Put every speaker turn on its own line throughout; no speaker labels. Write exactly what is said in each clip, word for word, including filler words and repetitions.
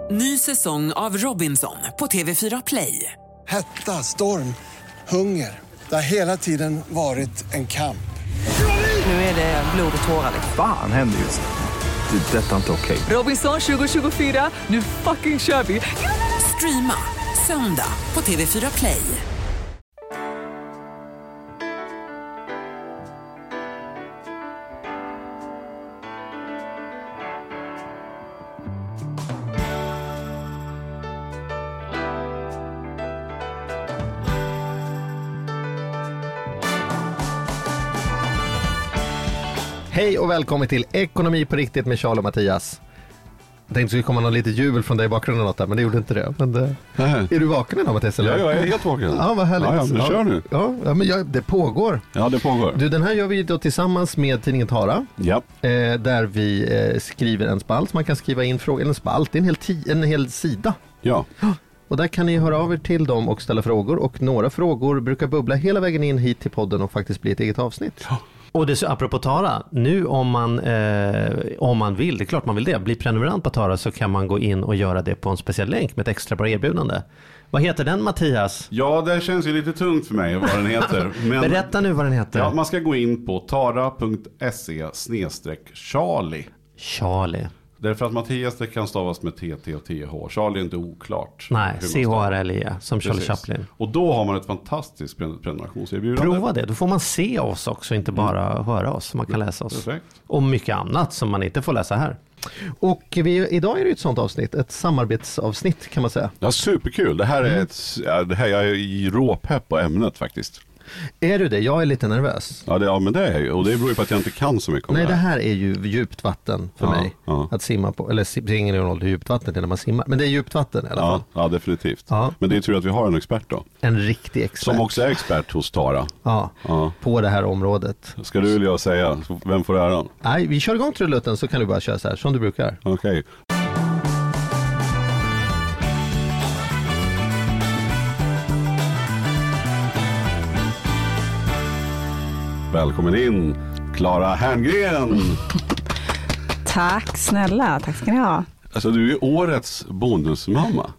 Ny säsong av Robinson på T V fyra Play.
Hetta, storm, hunger. Det har hela tiden varit en kamp.
Nu är det blod och tårar.
Fan händer just det. Det är detta inte okej.
Robinson tjugo tjugofyra, nu fucking kör vi. Streama söndag på T V fyra Play.
Hej och välkommen till Ekonomi på riktigt med Charles och Mattias. Jag tänkte att det skulle komma någon lite jubel från dig i bakgrunden något där, men det gjorde inte det. Men det... Är du vaken idag, Mattias? Eller?
Ja, jag är helt vaken.
Ja, vad härligt.
Ja, ja, men kör nu.
Ja, ja men jag, det pågår.
Ja, det pågår.
Du, den här gör vi då tillsammans med tidningen Tara.
Ja.
Eh, där vi eh, skriver en spalt. Man kan skriva in frågor, eller en spalt, det är en hel, ti- en hel sida.
Ja.
Och där kan ni höra av er till dem och ställa frågor. Och några frågor brukar bubbla hela vägen in hit till podden och faktiskt bli ett eget avsnitt.
Ja.
Och det är så, apropå Tara, nu om man, eh, om man vill, det är klart man vill det, bli prenumerant på Tara så kan man gå in och göra det på en speciell länk med ett extra bra erbjudande. Vad heter den, Mattias?
Ja, det känns ju lite tungt för mig vad den heter. Men,
Berätta nu vad den heter.
Ja, man ska gå in på tara.se snedstreck Charlie.
Charlie.
Därför att Mattias, det kan stavas med T T och T H. Charlie är inte oklart.
Nej, C H R L E som Charlie
Precis.
Chaplin.
Och då har man ett fantastiskt prenumerationserbjudande.
Prova det, då får man se oss också, inte bara mm. höra oss. Man kan läsa oss.
Perfekt.
Och mycket annat som man inte får läsa här.
Och vi, idag är det ett sånt avsnitt, ett samarbetsavsnitt kan man säga.
Ja, superkul. Det här är
Mm.
ett, ja, det här jag är i råpepp på ämnet faktiskt.
Är du det? Jag är lite nervös.
Ja, det, ja men det är ju. Och det beror ju på att jag inte kan så mycket om
Nej,
det
det
här.
här är ju djupt vatten för
Ja,
mig
ja.
att simma på. Eller det är ingen roll hur djupt vattnet är när man simmar. Men det är djupt vatten i alla fall.
Ja, ja, definitivt.
Ja.
Men det är tur att vi har en expert då.
En riktig expert.
Som också är expert hos Tara.
Ja,
Ja.
på det här området.
Ska du eller jag säga? Vem får äran?
Nej, vi kör igång trudelutten så kan du bara köra så här, som du brukar.
Okej. Okay. Välkommen in, Clara Herngren.
Tack snälla, tack ska ni ha.
Alltså du är årets bonusmamma.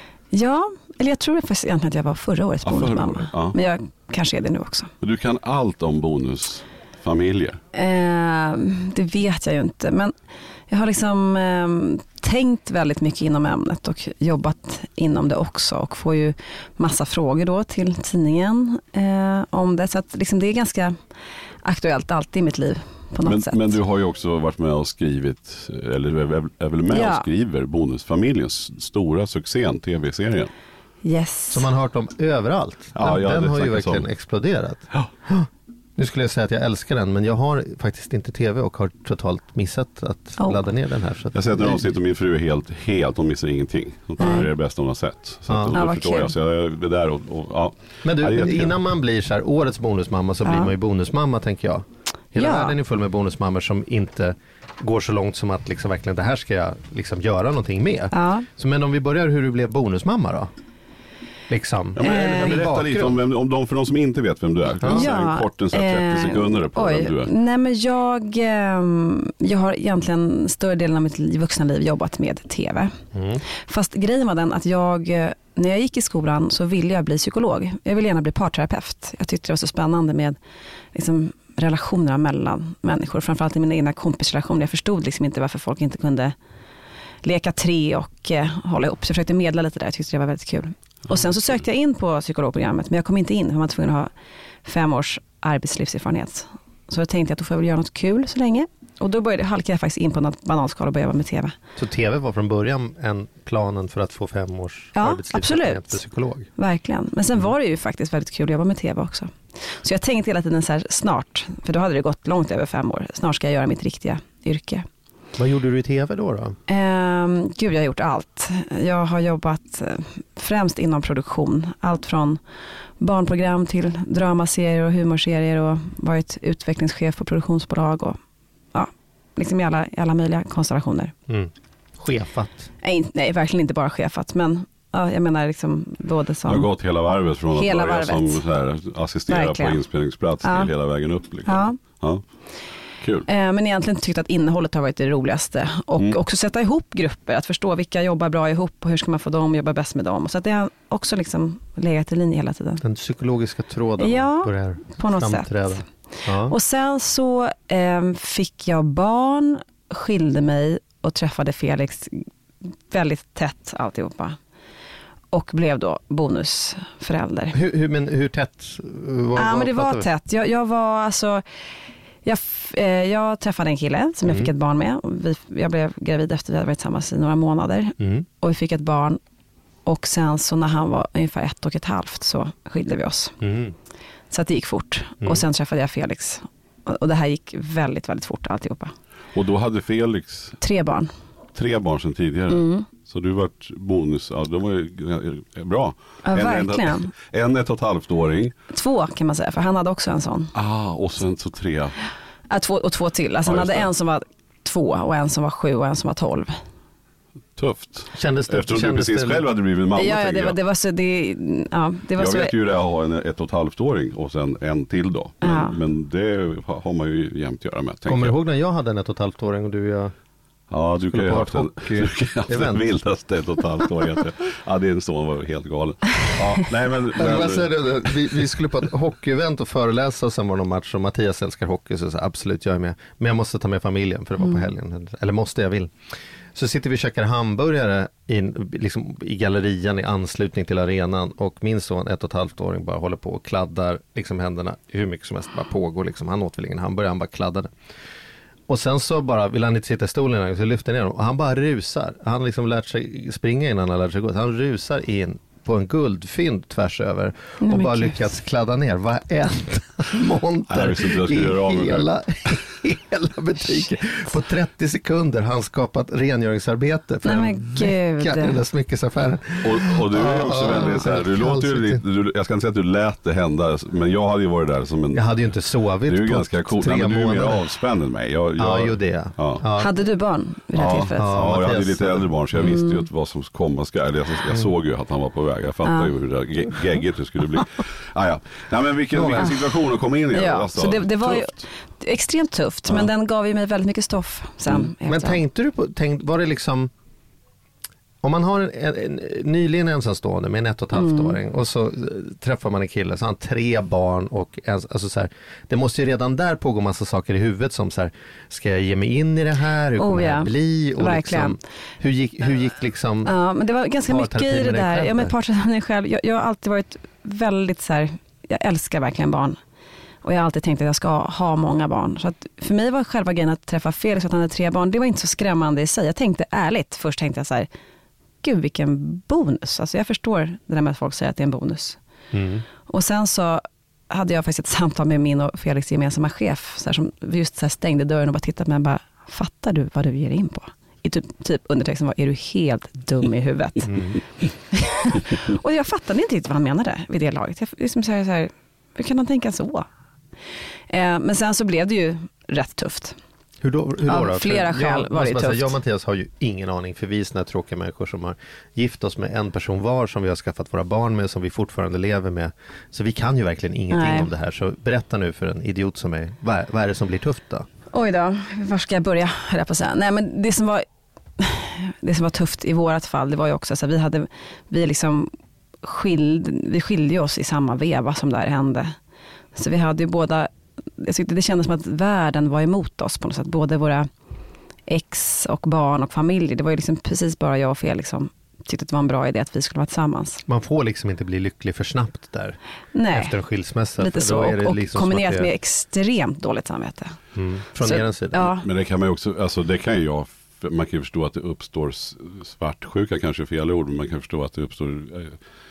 Ja, eller jag tror faktiskt egentligen att jag var förra årets
Ja, förra
bonusmamma.
året, ja.
Men jag kanske är det nu också.
Du kan allt om bonusfamiljer.
Eh, det vet jag ju inte, men jag har liksom eh, tänkt väldigt mycket inom ämnet och jobbat inom det också och får ju massa frågor då till tidningen eh, om det. Så att liksom det är ganska aktuellt alltid i mitt liv på något
Men,
sätt.
men du har ju också varit med och skrivit, eller är väl med
Ja.
och skriver Bonusfamiljens stora succén, tv-serien.
Yes.
Som man har hört om överallt.
Ja,
den
ja,
den
det
har ju
snackas
verkligen
om.
exploderat.
Ja.
Nu skulle jag säga att jag älskar den, men jag har faktiskt inte tv och har totalt missat att
Oh.
ladda ner den här. Så att
Jag har sett några avsnitt och min fru är helt, helt, hon missar ingenting. Det är det bästa hon har sett. Så
Ja.
att,
Ja,
det
vad
förstår
kul.
jag. Så jag, det där och, och, ja.
Men du,
Ja, det är jättekul.
innan man blir så här årets bonusmamma så
Ja.
blir man ju bonusmamma, tänker jag. Hela
Ja.
världen är full med bonusmammor som inte går så långt som att liksom verkligen det här ska jag liksom göra någonting med.
Ja.
Så men om vi börjar hur du blev bonusmamma då? Liksom.
Ja, men,
Eh,
berätta
bakgrund.
lite om, vem, om de för de som inte vet vem du är. Kan du säga en kort en så här trettio
eh,
sekunder på
oj.
vem du är?
Nej, men jag, ehm, jag har egentligen större delen av mitt liv, vuxna liv jobbat med tv.
Mm.
Fast grejen var den att jag, eh, när jag gick i skolan så ville jag bli psykolog. Jag ville gärna bli parterapeut. Jag tyckte det var så spännande med liksom, relationerna mellan människor. Framförallt i mina egna kompisrelationer. Jag förstod liksom inte varför folk inte kunde leka tre och eh, hålla ihop. Så jag försökte medla lite där. Jag tyckte det var väldigt kul. Och sen så sökte jag in på psykologprogrammet, men jag kom inte in för man var tvungen att ha fem års arbetslivserfarenhet. Så jag tänkte att då får jag väl göra något kul så länge. Och då började, halkade jag faktiskt in på något bananskal och började jobba med tv.
Så tv var från början en planen för att få fem års
Ja,
arbetslivserfarenhet
absolut.
för psykolog?
Verkligen. Men sen var det ju faktiskt väldigt kul att jobba med tv också. Så jag tänkte hela tiden så här, snart, för då hade det gått långt över fem år. Snart ska jag göra mitt riktiga yrke.
Vad gjorde du i tv då? då?
Ehm, gud, jag har gjort allt. Jag har jobbat eh, främst inom produktion. Allt från barnprogram till dramaserier och humorserier och varit utvecklingschef på produktionsbolag och ja, liksom i alla, i alla möjliga konstellationer.
Mm. Chefat?
Nej, nej, verkligen inte bara chefat, men ja, jag menar liksom både som...
Jag har gått hela varvet från att
Hela
börja
varvet.
som så här, assistera
Verkligen.
på inspelningsplats
Ja.
till hela vägen upp. Liksom.
Ja.
Ja. Kul.
Eh, men egentligen tyckte att innehållet har varit det roligaste. Och mm. också sätta ihop grupper, att förstå vilka jobbar bra ihop och hur ska man få dem jobba bäst med dem. Så att det har också liksom legat i linje hela tiden.
Den psykologiska tråden
ja,
börjar
på något
framträda.
sätt.
Ja.
Och sen så eh, fick jag barn, skilde mig och träffade Felix väldigt tätt alltihopa. Och blev då bonusförälder.
Hur, hur, men hur tätt? Var,
ja, men det var
vi?
tätt. Jag, jag var alltså... Jag, eh, jag träffade en kille som mm. jag fick ett barn med. Vi, jag blev gravid efter att vi hade varit tillsammans i några månader. Mm. Och vi fick ett barn. Och sen så när han var ungefär ett och ett halvt så skilde vi oss. Mm. Så att det gick fort. Mm. Och sen träffade jag Felix. Och, och det här gick väldigt, väldigt fort alltihopa.
Och då hade Felix...
Tre barn.
Tre barn sedan tidigare. Mm. Så du var bonus, ja, de var ju bra.
Ja,
en,
verkligen.
En, en ett och ett halvt-åring.
Två kan man säga, för han hade också en sån.
Ah, och sen så tre.
Ja, två, och två till. Alltså ja, han hade det. En som var två och en som var sju och en som var tolv.
Tufft.
Kändes det,
Eftersom
kändes
du precis
det...
själv hade blivit mamma.
Ja, ja det, var, det var så... Det, ja, det var
jag
så...
vet ju det att ha en ett och ett halvt-åring och sen en till då. Men, ja. men det har man ju jämt göra med.
Kommer du ihåg när jag hade en ett och ett halvt-åring och du jag...
Ja, du kan ju ha haft den, den vildaste ett och ett halvt år. Ja, det är en son var helt galen. Ja, nej, men, men...
Vad säger du? Vi, vi skulle på ett hockeyevent och föreläsa och sen var det någon match och Mattias älskar hockey så, så absolut, jag är med. Men jag måste ta med familjen för det var på helgen. Eller måste, jag vill. Så sitter vi och käkar hamburgare in, liksom, i gallerian i anslutning till arenan och min son, ett och ett halvt åring, bara håller på och kladdar liksom händerna hur mycket som helst bara pågår. Liksom. Han åt väl ingen hamburgare, han bara kladdade. Och sen så bara vill han inte sitta i stolen så lyfter ner honom och han bara rusar. Han har liksom lärt sig springa innan han lärt sig gå. Han rusar in på en guldfynd tvärs över och mm, bara lyckats kladda ner varenda monter i hela, hela butiken. På trettio sekunder har han skapat rengöringsarbete för
Nej,
en vecka i den där smyckesaffären.
Och, och du är också ah, väldigt så här, du låter ju lite, du, jag ska inte säga att du lät det hända, men jag hade ju varit där som en...
Jag hade ju inte sovit
du är
på
ganska cool.
tre
Nej, men du är
månader.
mer avspänd än mig. Jag, jag,
ja, ju det.
Ja.
Ja. Hade du barn vid det här
ja,
tillfället?
Ja, ja jag hade lite äldre barn så jag visste
mm.
ju vad som komma ska. Eller jag, jag såg ju att han var på väg. Jag fattade ju hur det där geggigt det skulle bli. Ah, ja. Nej, men vilken, vilken situation att komma in i.
Ja,
alltså,
så det, det var ju
tufft.
extremt tufft, ja. Men den gav ju mig väldigt mycket stoff sen.
Mm. Men tänkte du på, tänk, var det liksom, om man har en, en, en nyligen ensamstående med en ett och ett halvt åring mm. och så uh, träffar man en kille så har han tre barn och en, alltså så här, det måste ju redan där pågå massa saker i huvudet som så här, ska jag ge mig in i det här, hur kommer oh, ja. det här bli och liksom, hur gick, hur gick liksom
ja, men det var ganska mycket i det där, ja, men parterapi själv, jag, jag har alltid varit väldigt så här, jag älskar verkligen barn. Och jag har alltid tänkt att jag ska ha många barn. Så att för mig var själva grejen att träffa Felix att han hade tre barn. Det var inte så skrämmande i sig. Jag tänkte ärligt. Först tänkte jag så här, gud vilken bonus. Alltså jag förstår det där med att folk säger att det är en bonus. Mm. Och sen så hade jag faktiskt ett samtal med min och Felix gemensamma chef. Så här, som just så här stängde dörren och bara tittat på mig och bara, fattar du vad du ger in på? I typ, typ undertexten var, är du helt dum i huvudet? Mm. Och jag fattade inte riktigt vad han menade vid det laget. Jag liksom så här, så här, hur kan han tänka så? Eh, men sen så blev det ju rätt tufft.
Hur då? Hur då,
Av
då?
flera skäl var det tufft.
Säga, jag och Mattias har ju ingen aning, för vi är såna tråkiga människor som har gift oss med en person var, som vi har skaffat våra barn med, som vi fortfarande lever med. Så vi kan ju verkligen ingenting Nej. om det här. Så berätta nu för en idiot som mig, vad, vad är det som blir tufft då?
Oj då, var ska jag börja? Jag på säga. Nej, men det som var det som var tufft i vårat fall, det var ju också så vi hade vi liksom skild, vi skilde oss i samma veva som där hände. Så vi hade ju båda, jag tyckte det kändes som att världen var emot oss på något sätt. Både våra ex och barn och familj. Det var ju liksom precis bara jag och Felix som tyckte att det var en bra idé att vi skulle vara tillsammans.
Man får liksom inte bli lycklig för snabbt där.
Nej,
efter en skilsmässa.
lite så.
Är det
och
liksom
kombinerat
det...
med extremt dåligt samvete.
Mm. Från
så,
er sida.
Ja.
Men det kan man ju också, alltså det kan ju jag, man kan ju förstå att det uppstår svartsjuka, kanske fel ord, men man kan förstå att det uppstår eh,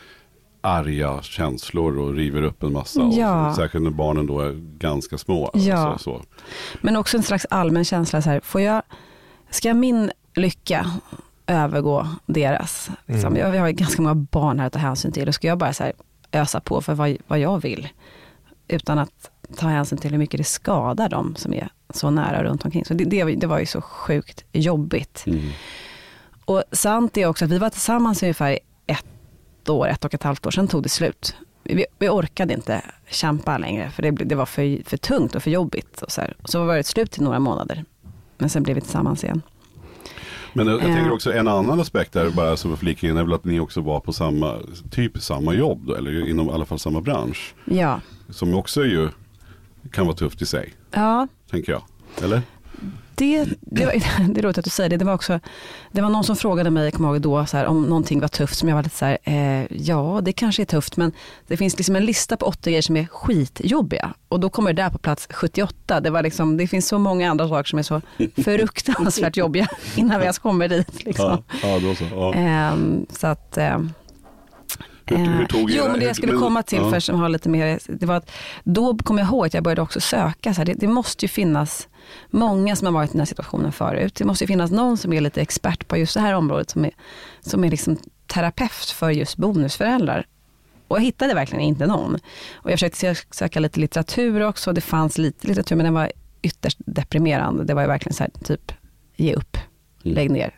arga känslor och river upp en massa.
Ja.
Och, särskilt när barnen då är ganska små.
Ja.
Alltså, så.
Men också en slags allmän känsla så här, får jag, ska min lycka övergå deras? Liksom. Mm. Jag, vi har ju ganska många barn här att ta hänsyn till, och ska jag bara så här ösa på för vad, vad jag vill utan att ta hänsyn till hur mycket det skadar dem som är så nära runt omkring. Så det, det, det var ju så sjukt jobbigt. Mm. Och sant är också att vi var tillsammans ungefär ett år, ett och ett halvt år, sen tog det slut. vi, vi orkade inte kämpa längre, för det, det var för, för tungt och för jobbigt. Och så, här. Och så var det ett slut till några månader. Men sen blev vi tillsammans igen.
Men jag, jag tänker också en annan aspekt där, bara som att flika in, är väl att ni också var på samma, typ samma jobb då, eller inom i alla fall samma bransch.
Ja. Som
också ju kan vara tufft i sig.
Ja.
Tänker jag. Eller?
Det, det, var, det är roligt att du säger det. Det var, också, det var någon som frågade mig, jag kommer ihåg då, så här, om någonting var tufft, som jag var lite så här, eh, ja det kanske är tufft, men det finns liksom en lista på åtta grejer som är skitjobbiga. Och då kommer det där på plats sjuttioåtta. Det, var liksom, det finns så många andra saker som är så fruktansvärt jobbiga innan vi ens kommer dit. Liksom.
Ja, ja, då så. Ja.
Eh, så att... Eh,
Hur, hur tog
jo, men det jag skulle komma till ja. för som har lite mer, det var att då kom jag ihåg att jag började också söka så här, det, det måste ju finnas många som har varit i den här situationen förut. Det måste ju finnas någon som är lite expert på just det här området, som är, som är liksom terapeut för just bonusföräldrar. Och jag hittade verkligen inte någon. Och jag försökte söka lite litteratur också. Det fanns lite litteratur, men den var ytterst deprimerande. Det var ju verkligen så här, typ, ge upp, lägg ner.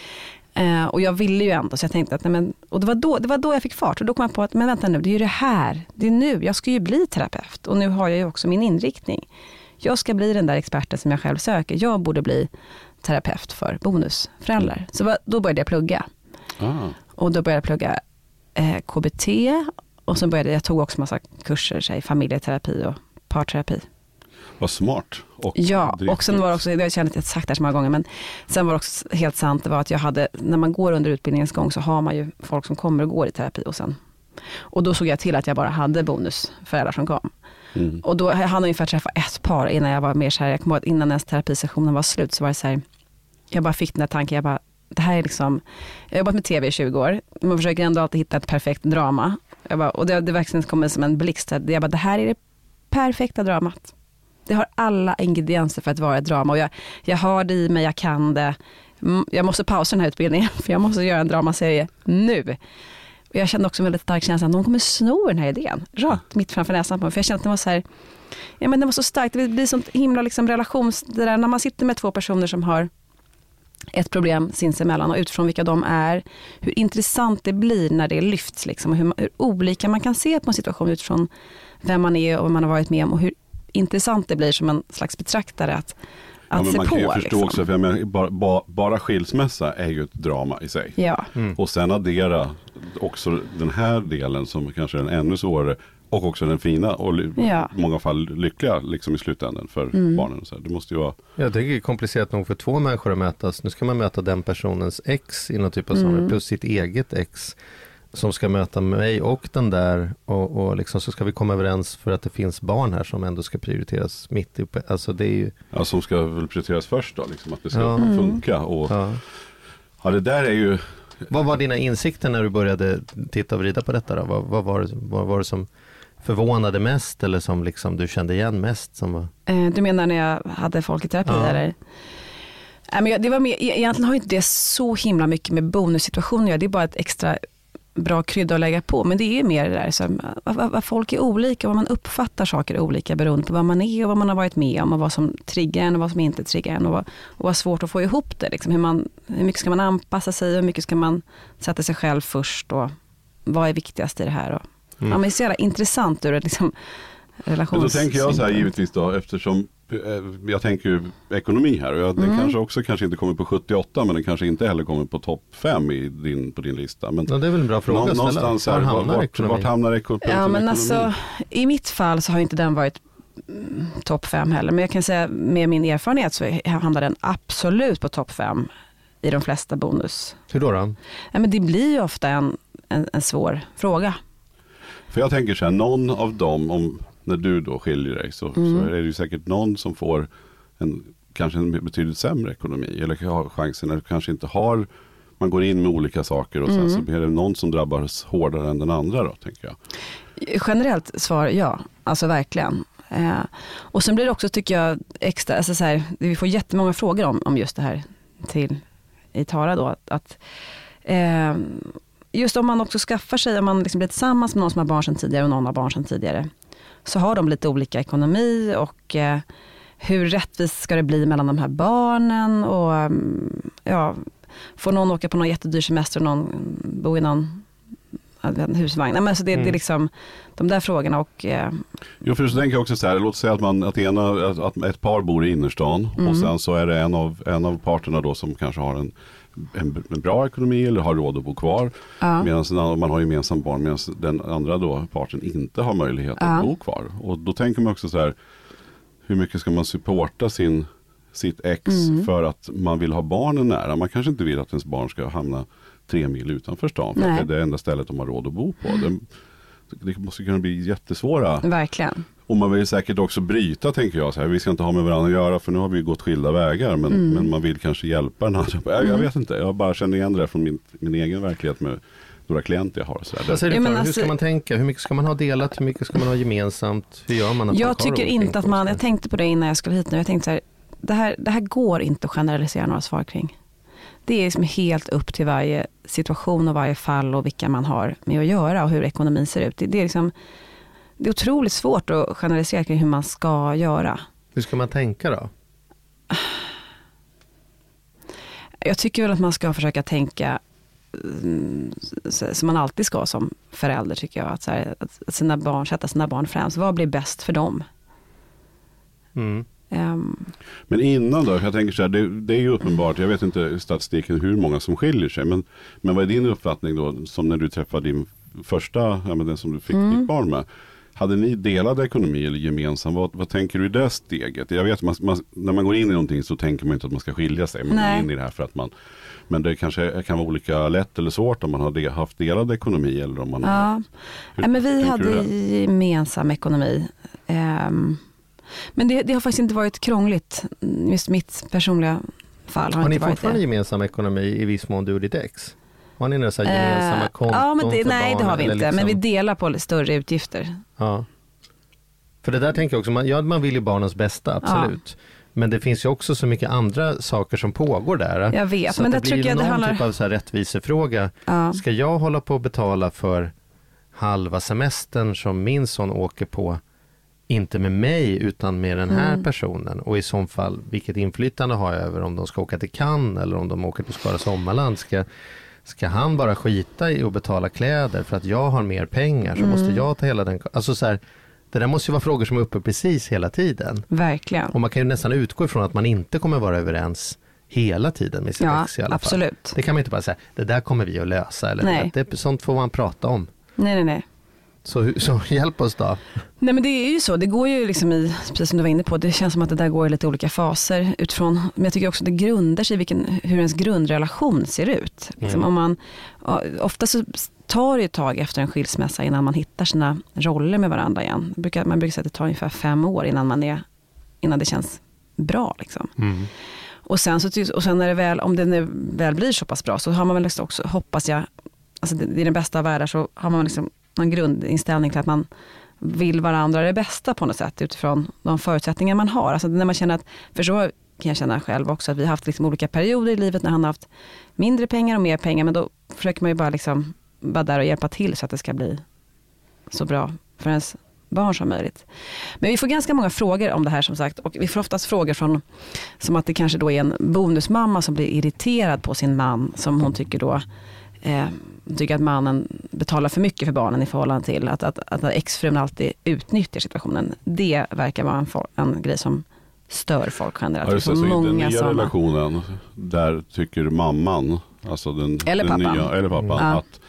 Uh, och jag ville ju ändå, så jag tänkte att nej, men, och det var, då, det var då jag fick fart, och då kom jag på att men vänta nu, det är ju det här, det är nu, jag ska ju bli terapeut, och nu har jag ju också min inriktning. Jag ska bli den där experten som jag själv söker, jag borde bli terapeut för bonusföräldrar. Mm. Så då började jag plugga. Ah. Och då började jag plugga eh, K B T, och så började jag tog också massa kurser, så här, familjeterapi och parterapi.
Vad smart. Och
ja, och sen var det också, jag känner att jag sagt det här så många gånger, men sen var det också helt sant, det var att jag hade, när man går under utbildningens gång så har man ju folk som kommer och går i terapi, och sen, och då såg jag till att jag bara hade bonusföräldrar som kom. Mm. Och då hann jag ungefär träffa ett par innan jag var mer så här, jag kommer ihåg att innan ens terapisessionen var slut så var det så här, jag bara fick den här tanken, jag bara, det här är liksom, jag har jobbat med tv i tjugo år, man försöker ändå alltid hitta ett perfekt drama. Jag bara, och det, det verkligen kommer som en blixt, jag bara, det här är det perfekta dramat. Det har alla ingredienser för att vara ett drama, och jag, jag har det i mig, jag kan det. Jag måste pausa den här utbildningen, för jag måste göra en dramaserie nu. Och jag kände också en väldigt stark känsla att någon kommer sno den här idén rakt mitt framför näsan på mig. För jag kände att det var så här, ja men det var så starkt, det blir sånt himla liksom relations, det där när man sitter med två personer som har ett problem sinsemellan, och utifrån vilka de är, hur intressant det blir när det lyfts liksom, och hur, hur olika man kan se på en situation utifrån vem man är och vad man har varit med om, och hur intressant det blir som en slags betraktare att, att ja, se
man
på.
Man kan ju förstå
liksom.
också, för jag menar, bara, bara skilsmässa är ju ett drama i sig.
Ja.
Mm. Och sen addera också den här delen som kanske är den ännu svårare, och också den fina och i ja. många fall lyckliga liksom i slutändan för mm. barnen. Så här. Det måste ju vara...
Jag tycker det är komplicerat nog för två människor att mötas. Nu ska man möta den personens ex i någon typ av mm. sammanhang, plus sitt eget ex som ska möta mig och den där, och, och liksom så ska vi komma överens för att det finns barn här som ändå ska prioriteras mitt uppe. Alltså det är ju...
Ja, som ska väl prioriteras först då, liksom, att det ska ja. funka. Och... Ja. ja, det där är ju...
Vad var dina insikter när du började titta och vrida på detta då? Vad, vad, var, det, vad var det som förvånade mest, eller som liksom du kände igen mest? Som var...
Du menar när jag hade folk i terapi ja. eller? Nej, men det var mer, egentligen har inte det så himla mycket med bonussituationer. Det är bara ett extra bra krydda att lägga på, men det är mer det där så, vad, vad folk är olika, vad man uppfattar saker olika beroende på vad man är och vad man har varit med om, och vad som triggar en och vad som inte triggar en, och vad, och vad svårt att få ihop det liksom, hur, man, hur mycket ska man anpassa sig, hur mycket ska man sätta sig själv först, och vad är viktigast i det här, och mm. ja, men det är så jävla intressant ur ett liksom relations...
Men då tänker jag så här givetvis då, eftersom jag tänker ju ekonomi här, och jag, den mm. kanske också kanske inte kommer på sjuttioåtta, men den kanske inte heller kommer på topp fem i din, på din lista. Men
ja, det är väl en bra fråga.
Någonstans här, var hamnar vart, ekonomi? Vart hamnar ekonomi?
Ja, men alltså, i mitt fall så har inte den varit mm, topp fem heller, men jag kan säga med min erfarenhet så hamnar den absolut på topp fem i de flesta bonus.
Hur då då?
Ja, men det blir ju ofta en, en, en svår fråga.
För jag tänker så här, någon av dem, om när du då skiljer dig så, mm. så är det ju säkert någon som får en, kanske en betydligt sämre ekonomi, eller har chansen, eller kanske inte har, man går in med olika saker och mm. sen så är det någon som drabbas hårdare än den andra då, tänker jag.
Generellt svar ja, alltså verkligen. Eh, och sen blir det också, tycker jag, extra, alltså så här, vi får jättemånga frågor om, om just det här till i Tara då, att, att eh, just om man också skaffar sig, om man liksom blir tillsammans med någon som har barn sedan tidigare och någon har barn sedan tidigare, så har de lite olika ekonomi, och eh, hur rättvist ska det bli mellan de här barnen, och ja, får någon åka på någon jättedyr semester och någon bo i någon en husvagn. Nej, men alltså det, mm. det är liksom de där frågorna och... Eh...
Jo, för så tänker jag också så här, låt säga att, man, att, ena, att ett par bor i innerstan mm. och sen så är det en av, en av parterna då som kanske har en, en, en bra ekonomi eller har råd att bo kvar. Ja. Medan man har gemensam barn medan den andra då parten inte har möjlighet ja. att bo kvar. Och då tänker man också så här, hur mycket ska man supporta sin, sitt ex mm. för att man vill ha barnen nära? Man kanske inte vill att ens barn ska hamna tre mil utanför stan för Nej. att det är det enda stället de har råd att bo på. Det, det måste kunna bli jättesvåra.
Verkligen.
Och man vill säkert också bryta, tänker jag. Så här, vi ska inte ha med varandra att göra för nu har vi gått skilda vägar. Men, mm. men man vill kanske hjälpa den andra. Jag, jag vet inte, jag bara känner igen det från min, min egen verklighet med några klienter jag har. Så
där. Säger, hur alltså, ska man tänka? Hur mycket ska man ha delat? Hur mycket ska man ha gemensamt? Hur gör man? Att
jag tycker inte att man, jag tänkte på det innan jag skulle hit nu. Jag tänkte så här, det här, det här går inte att generalisera några svar kring. Det är liksom helt upp till varje situation och varje fall och vilka man har med att göra och hur ekonomin ser ut. Det, det, är, liksom, det är otroligt svårt att generalisera kring hur man ska göra.
Hur ska man tänka då?
Jag tycker väl att man ska försöka tänka som man alltid ska som förälder, tycker jag. Att, så här, att sina barn, sätta sina barn främst. Vad blir bäst för dem?
Mm.
Um,
men innan då, jag tänker så här, det, det är ju uppenbart, jag vet inte statistiken hur många som skiljer sig, men, men vad är din uppfattning då, som när du träffade din första, ja, men den som du fick mm. ditt barn med, hade ni delad ekonomi eller gemensam, vad, vad tänker du i det steget? Jag vet, man, man, när man går in i någonting så tänker man inte att man ska skilja sig, man går in i det här för att man, men det kanske kan vara olika lätt eller svårt om man har de, haft delad ekonomi eller om man
ja.
har,
hur, ja, men vi hade gemensam ekonomi. Um, Men det, det har faktiskt inte varit krångligt. Just mitt personliga fall har,
har
inte varit det.
Har ni fortfarande gemensam ekonomi i viss mån du och ditt ex? Har ni några så här gemensamma uh, konton
ja, men det,
för
nej,
barn,
det har vi inte.
liksom?
Men vi delar på större utgifter.
Ja. För det där tänker jag också, man, ja, man vill ju barnens bästa, absolut. Ja. Men det finns ju också så mycket andra saker som pågår där.
Jag vet,
så
men
det,
det
blir
tycker jag
någon
det handlar...
typ av så här rättvisefråga. Ja. Ska jag hålla på att betala för halva semestern som min son åker på, inte med mig utan med den här mm. personen, och i så fall vilket inflytande har jag över om de ska åka till Cannes eller om de åker till Skara Sommarland? Ska, ska han bara skita i att betala kläder för att jag har mer pengar, så mm. måste jag ta hela den, alltså så här, det där måste ju vara frågor som är uppe precis hela tiden.
Verkligen.
Och man kan ju nästan utgå ifrån att man inte kommer vara överens hela tiden med sin
ja,
ex i alla
absolut.
fall. Det kan man inte bara säga, det där kommer vi att lösa, eller nej. Det, sånt får man prata om.
Nej, nej, nej.
Så, så hjälp oss då.
Nej, men det är ju så, det går ju liksom i, precis som du var inne på, det känns som att det där går i lite olika faser utifrån, men jag tycker också att det grundar sig i vilken, hur ens grundrelation ser ut. Mm. Liksom om man, ofta så tar det ett tag efter en skilsmässa innan man hittar sina roller med varandra igen. Man brukar, man brukar säga att det tar ungefär fem år innan, man är, innan det känns bra. Liksom.
Mm.
Och sen, så, och sen när det väl, om det nu väl blir så pass bra, så har man väl också, hoppas jag, alltså det, det är den bästa av världar, så har man liksom någon grundinställning till att man vill varandra det bästa på något sätt utifrån de förutsättningar man har. Alltså när man känner att, för så kan jag känna själv också, att vi har haft liksom olika perioder i livet när han har haft mindre pengar och mer pengar, men då försöker man ju bara liksom vara där och hjälpa till så att det ska bli så bra för ens barn som möjligt. Men vi får ganska många frågor om det här som sagt, och vi får oftast frågor från, som att det kanske då är en bonusmamma som blir irriterad på sin man, som hon tycker då eh, tycker att mannen betalar för mycket för barnen i förhållande till att, att, att exfrun alltid utnyttjar situationen. Det verkar vara en, en grej som stör folk generellt.
Ja, så så många den nya såna. Relationen, där tycker mamman, alltså den,
eller
den
pappan,
nya, eller pappan
mm.
att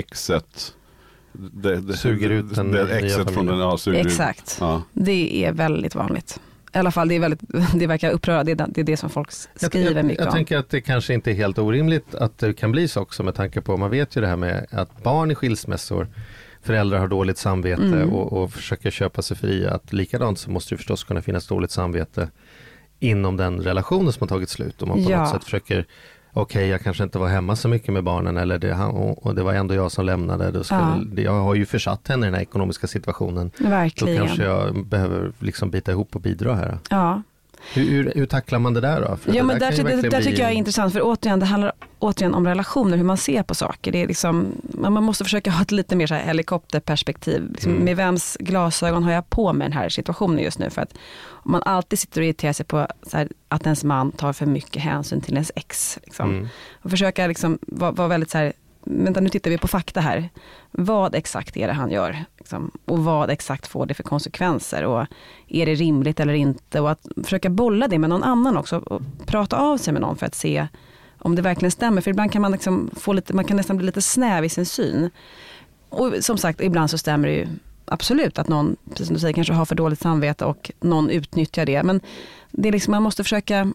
exet det, det,
suger ut den
det, exet från den, ja, suger
exakt.
Ut. Ja.
Det är väldigt vanligt. I alla fall, det, är väldigt, det verkar uppröra. Det är det, är det som folk skriver
jag, jag,
mycket
jag
om.
Jag tänker att det kanske inte är helt orimligt att det kan bli så också, med tanke på, man vet ju det här med att barn i skilsmässor, föräldrar har dåligt samvete mm. och, och försöker köpa sig fria. Att likadant så måste det förstås kunna finnas dåligt samvete inom den relationen som har tagit slut. Och man på ja. något sätt försöker, okej, okay, jag kanske inte var hemma så mycket med barnen, eller det, och det var ändå jag som lämnade. Då ska
ja.
väl, jag har ju försatt henne i den här ekonomiska situationen.
Verkligen.
Då kanske jag behöver liksom bita ihop och bidra här.
Ja.
Hur, hur, hur tacklar man det där då? För
ja,
det
men
där,
där,
där,
det, där tycker jag är intressant, för återigen, det handlar återigen om relationer, hur man ser på saker. Det är liksom, man måste försöka ha ett lite mer så här helikopterperspektiv. Liksom, mm. Med vems glasögon har jag på med den här situationen just nu? För att om man alltid sitter och irriterar sig på så här, att ens man tar för mycket hänsyn till ens ex. Liksom, mm. och försöka liksom, vara, vara väldigt så här, vänta, nu tittar vi på fakta här. Vad exakt är det han gör? Liksom, och vad exakt får det för konsekvenser? Och är det rimligt eller inte? Och att försöka bolla det med någon annan också. Och prata av sig med någon för att se om det verkligen stämmer. För ibland kan man liksom få lite, man kan nästan bli lite snäv i sin syn. Och som sagt, ibland så stämmer det ju absolut att någon, precis som du säger, kanske har för dåligt samvete och någon utnyttjar det. Men det är liksom, man måste försöka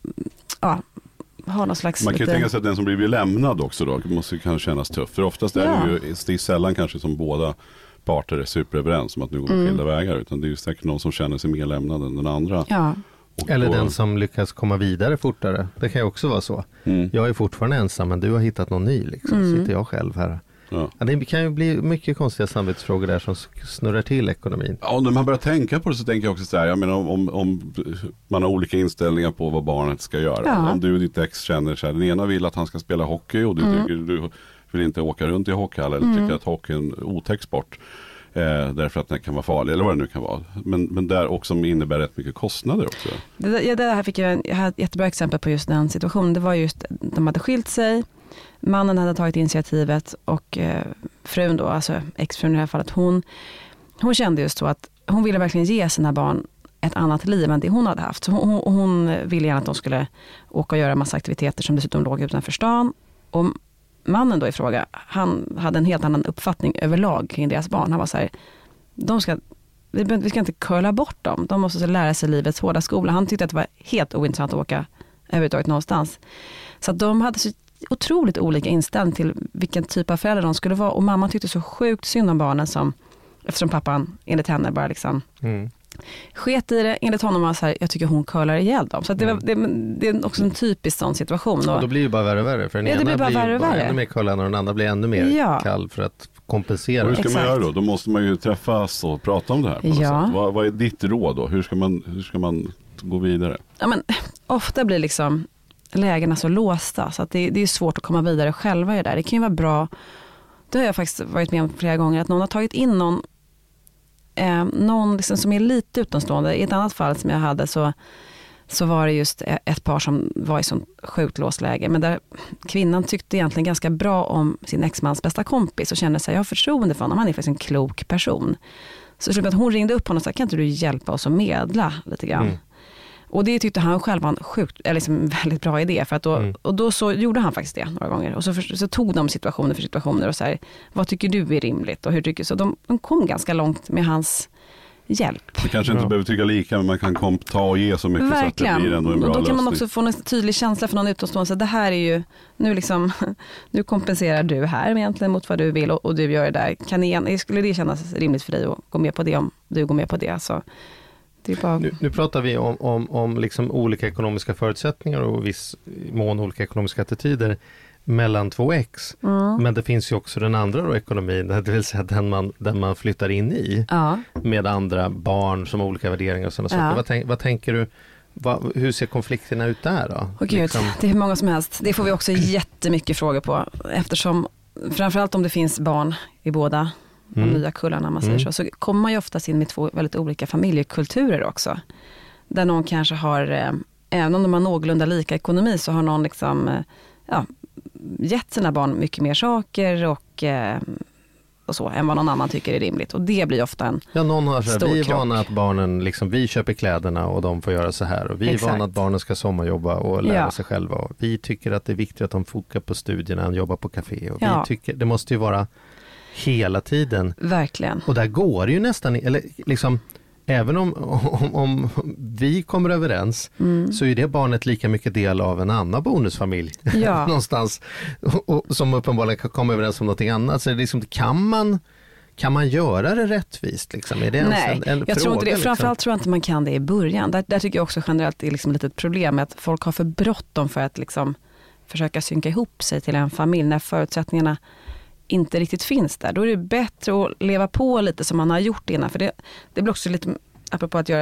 ja, ha någon slags...
Man kan ju
lite...
tänka sig att den som blir lämnad också då måste kanske kännas tuff. För oftast är
Ja.
det ju, det är sällan kanske som båda parter är superöverens om att nu går mm. skilda vägar. Utan det är ju säkert någon som känner sig mer lämnad än den andra.
Ja.
Och
Eller
då...
den som lyckas komma vidare fortare. Det kan ju också vara så. Mm. Jag är fortfarande ensam, men du har hittat någon ny. Liksom.
Mm.
Sitter jag själv här.
Ja.
Ja, det kan ju bli mycket konstiga samvetsfrågor där som snurrar till ekonomin.
Ja, när man börjar tänka på det så tänker jag också så här, jag menar om, om, om man har olika inställningar på vad barnet ska göra.
Ja.
Om du och ditt ex känner så här, den ena vill att han ska spela hockey och du mm. tycker du vill inte åka runt i hockeyhall eller mm. tycker att hockey är en otäck sport. Eh, därför att den kan vara farlig eller vad det nu kan vara. Men, men där också innebär rätt mycket kostnader också.
Det, ja, det här fick jag, jag hade ett jättebra exempel på just den situationen. Det var just, de hade skilt sig. Mannen hade tagit initiativet och eh, frun då, alltså exfrun i det här fallet, hon, hon kände just så att hon ville verkligen ge sina barn ett annat liv än det hon hade haft. Så hon, hon, hon ville gärna att de skulle åka och göra massa aktiviteter som dessutom låg utanför stan. Och mannen då i fråga, han hade en helt annan uppfattning överlag kring deras barn. Han var så här, de ska, vi, vi ska inte curla bort dem. De måste så lära sig livets hårda skola. Han tyckte att det var helt ointressant att åka överhuvudtaget någonstans. Så att de hade så otroligt olika inställning till vilken typ av föräldrar de skulle vara. Och mamma tyckte så sjukt synd om barnen som, eftersom pappan enligt henne bara liksom mm. sket i det. Enligt honom var så här, jag tycker hon curlar ihjäl dem. Så att det, var, det, det är också en typisk sån situation. Och,
och då blir det bara värre och värre. För den
ja,
ena
blir bara
blir
värre och
bara
värre.
ännu mer curlande och den andra blir ännu mer
ja.
kall för att kompensera.
Och hur ska
Exakt.
man göra då? Då måste man ju träffas och prata om det här på något
ja.
sätt. Vad, vad är ditt råd då? Hur ska man, hur ska man gå vidare?
Ja, men, ofta blir liksom lägena så låsta så att det, det är svårt att komma vidare själva i det där. Det kan ju vara bra. Det har jag faktiskt varit med om flera gånger att någon har tagit in någon eh, någon liksom som är lite utomstående. I ett annat fall som jag hade så, så var det just ett par som var i sånt sjukt låst läge. Men där kvinnan tyckte egentligen ganska bra om sin exmans bästa kompis och kände sig, jag har förtroende för honom, han är faktiskt en klok person. Så det att hon ringde upp honom och sa, kan inte du hjälpa oss att medla lite grann? Mm. Och det tyckte han själv var en sjukt, eller liksom en väldigt bra idé. För att då, mm. Och då så gjorde han faktiskt det några gånger. Och så, för, så tog de situationer för situationer och så här, vad tycker du är rimligt? Och hur tycker så de, de kom ganska långt med hans hjälp.
Man kanske inte ja. behöver tycka lika, men man kan kom, ta och ge så mycket.
Verkligen.
Så att det blir ändå en bra
och då kan
lösning.
man också få en tydlig känsla för någon utomstående. Så det här är ju, nu liksom, nu kompenserar du här egentligen mot vad du vill och, och du gör det där. Kan ni, skulle det kännas rimligt för dig att gå med på det om du går med på det? Så bara...
nu, nu pratar vi om, om, om liksom olika ekonomiska förutsättningar och viss mån olika ekonomiska attityder mellan två ex. Mm. Men det finns ju också den andra då, ekonomin, det vill säga den man, den man flyttar in i
ja.
med andra barn som har olika värderingar och sådana
ja.
saker. Vad, tänk, vad tänker du, vad, hur ser konflikterna ut där då?
Och gud,
liksom...
det är hur många som helst. Det får vi också jättemycket frågor på eftersom framförallt om det finns barn i båda de mm. nya kullarna man säger mm. så, så kommer man ju oftast in med två väldigt olika familjekulturer också. Där någon kanske har, eh, även om de har någorlunda lika ekonomi så har någon liksom eh, ja, gett sina barn mycket mer saker och, eh, och så än vad någon annan tycker är rimligt. Och det blir ofta en
ja, någon har så här,
stor
vi är
krock.
vana att barnen, liksom, vi köper kläderna och de får göra så här. Och vi
Exakt.
är vana att barnen ska sommarjobba och lära
ja.
sig själva. Och vi tycker att det är viktigt att de fokar på studierna och jobbar på café. Och
ja.
vi tycker, det måste ju vara hela tiden.
Verkligen.
Och där går det ju nästan, eller liksom, även om, om, om vi kommer överens mm. så är det barnet lika mycket del av en annan bonusfamilj
ja.
någonstans och, och, som uppenbarligen kan komma överens om någonting annat. Så det är liksom, kan man kan man göra det rättvist? Liksom? Är det
Nej,
en, en
jag
fråga,
tror inte det.
liksom?
Framförallt tror jag inte man kan det i början. Där, där tycker jag också generellt det är liksom ett litet problem att folk har för bråttom för att liksom försöka synka ihop sig till en familj när förutsättningarna inte riktigt finns där. Då är det bättre att leva på lite som man har gjort innan. För det, det blir också lite, apropå att göra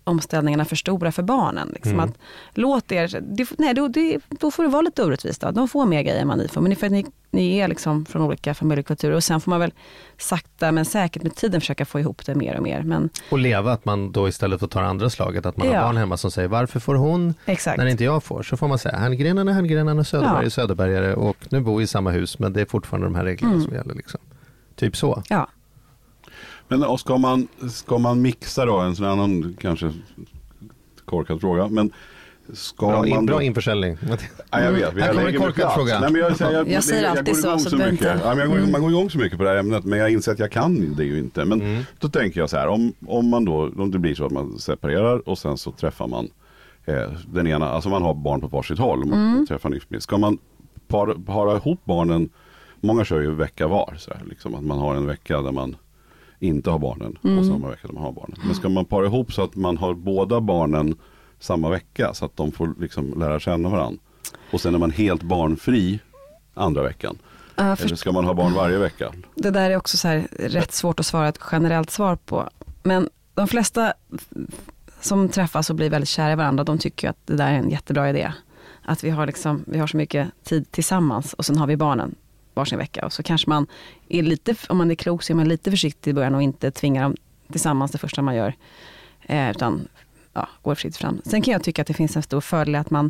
omställningarna för stora för barnen. Liksom. Mm. Att, låt er, det, nej, då, det, då får det vara lite orättvist. Då. De får mer grejer än vad ni får. Men det är för att ni, ni är liksom från olika familjekulturer. Och sen får man väl sakta men säkert med tiden försöka få ihop det mer och mer. Men,
och leva att man då istället för att ta andra slaget. Att man
ja.
har barn hemma som säger varför får hon
Exakt.
när inte jag får. Så får man säga Herngrenarna, Herngrenarna, Söderberg,
ja.
Söderbergare. Och nu bor vi i samma hus men det är fortfarande de här reglerna mm. som gäller. Liksom. Typ så.
Ja.
Men och ska, man, ska man mixa då, en sån annan kanske korkad fråga, men ska
bra,
man
in,
då...
bra införsäljning.
Ja, jag vet, vi
här kommer en korkad fråga.
Nej, men jag, jag, jag,
jag säger
jag,
alltid
jag går igång
så,
så,
så
mycket.
inte.
Ja, men jag går,
mm.
man går igång så mycket på det här ämnet, men jag inser att jag kan det ju inte. Men mm. då tänker jag så här, om, om man då, om det blir så att man separerar och sen så träffar man eh, den ena, alltså man har barn på varsitt håll, man
mm.
träffar nytt. Ska man para, para ihop barnen, många kör ju vecka var, så här, liksom, att man har en vecka där man inte har barnen mm. och samma vecka där man har barnen. Men ska man para ihop så att man har båda barnen samma vecka så att de får liksom lära känna varandra. Och sen är man helt barnfri andra veckan. Uh, Eller ska man ha barn varje vecka?
Det där är också så här rätt svårt att svara ett generellt svar på. Men de flesta som träffas och blir väldigt kära i varandra, de tycker att det där är en jättebra idé. Att vi har, liksom, vi har så mycket tid tillsammans och sen har vi barnen varsin vecka. Och så kanske man är lite, om man är klok så är man lite försiktig i början och inte tvingar dem tillsammans det första man gör. Eh, utan ja, går försiktigt fram. Sen kan jag tycka att det finns en stor fördel att man,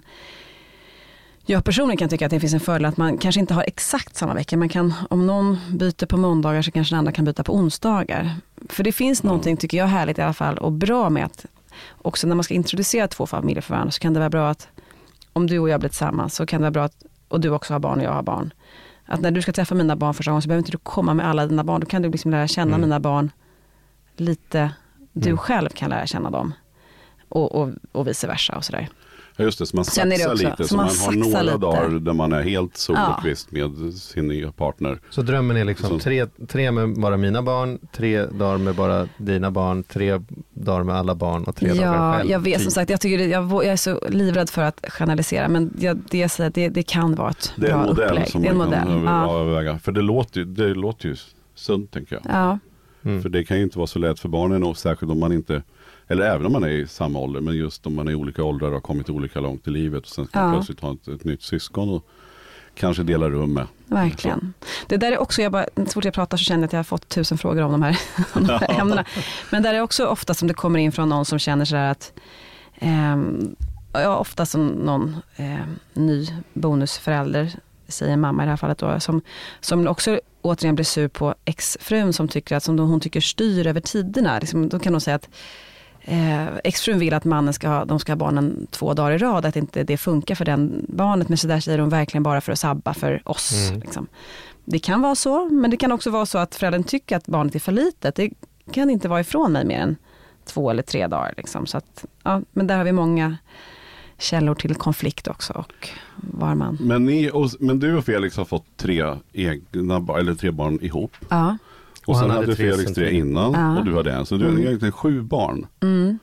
jag personligen kan tycka att det finns en fördel att man kanske inte har exakt samma vecka. Man kan, om någon byter på måndagar så kanske den andra kan byta på onsdagar. För det finns mm. någonting, tycker jag, härligt i alla fall och bra med att också när man ska introducera två familjer för varandra så kan det vara bra att om du och jag blir tillsammans så kan det vara bra att, och du också har barn och jag har barn. Att när du ska träffa mina barn första gången så behöver inte du komma med alla dina barn. Då kan du liksom lära känna mm. mina barn lite. Du mm. själv kan lära känna dem. Och, och, och vice versa och sådär.
Ja just det, så man saxar lite. Så, så man, man har några lite. dagar där man är helt solokvist ja. med sin nya partner.
Så drömmen är liksom så. tre, tre med bara mina barn, tre dagar med bara dina barn, tre dagar med alla barn och tre
ja,
dagar själv.
Jag vet som sagt, jag, tycker det, jag, jag är så livrädd för att generalisera. Men jag, det, jag säger, det, det kan vara ett
det är
bra
en modell
upplägg.
Som
det är en
man
modell.
kan
Ja.
överväga. För det låter, det låter ju sunt tänker jag.
Ja.
Mm. För det kan ju inte vara så lätt för barnen och särskilt om man inte, eller även om man är i samma ålder, men just om man är i olika åldrar och har kommit olika långt i livet och sen ska man ja. plötsligt ha ett, ett nytt syskon och kanske dela rum med.
Verkligen. Så. Det där är också, jag bara, så fort jag pratar så känner jag att jag har fått tusen frågor om de här, om de här ja. ämnena. Men där är också ofta som det kommer in från någon som känner så här att eh, ja, ofta som någon eh, ny bonusförälder, säger mamma i det här fallet då, som, som också återigen blir sur på exfrun som tycker att som hon tycker styr över tiderna. Liksom, då kan hon säga att eh, exfrun vill att mannen ska ha, de ska ha barnen två dagar i rad, att inte det funkar för den barnet, men så där säger hon verkligen bara för att sabba för oss. Mm. Liksom. Det kan vara så, men det kan också vara så att föräldern tycker att barnet är för litet. Det kan inte vara ifrån mig mer än två eller tre dagar. Liksom. Så att, ja, men där har vi många källor till konflikt också och var man.
Men, ni, och, men du och Felix har fått tre egna eller tre barn ihop.
Ja.
Och, och sen hade, hade Felix tre innan ja. och du hade en. Så du har mm. egentligen sju barn.
Mm.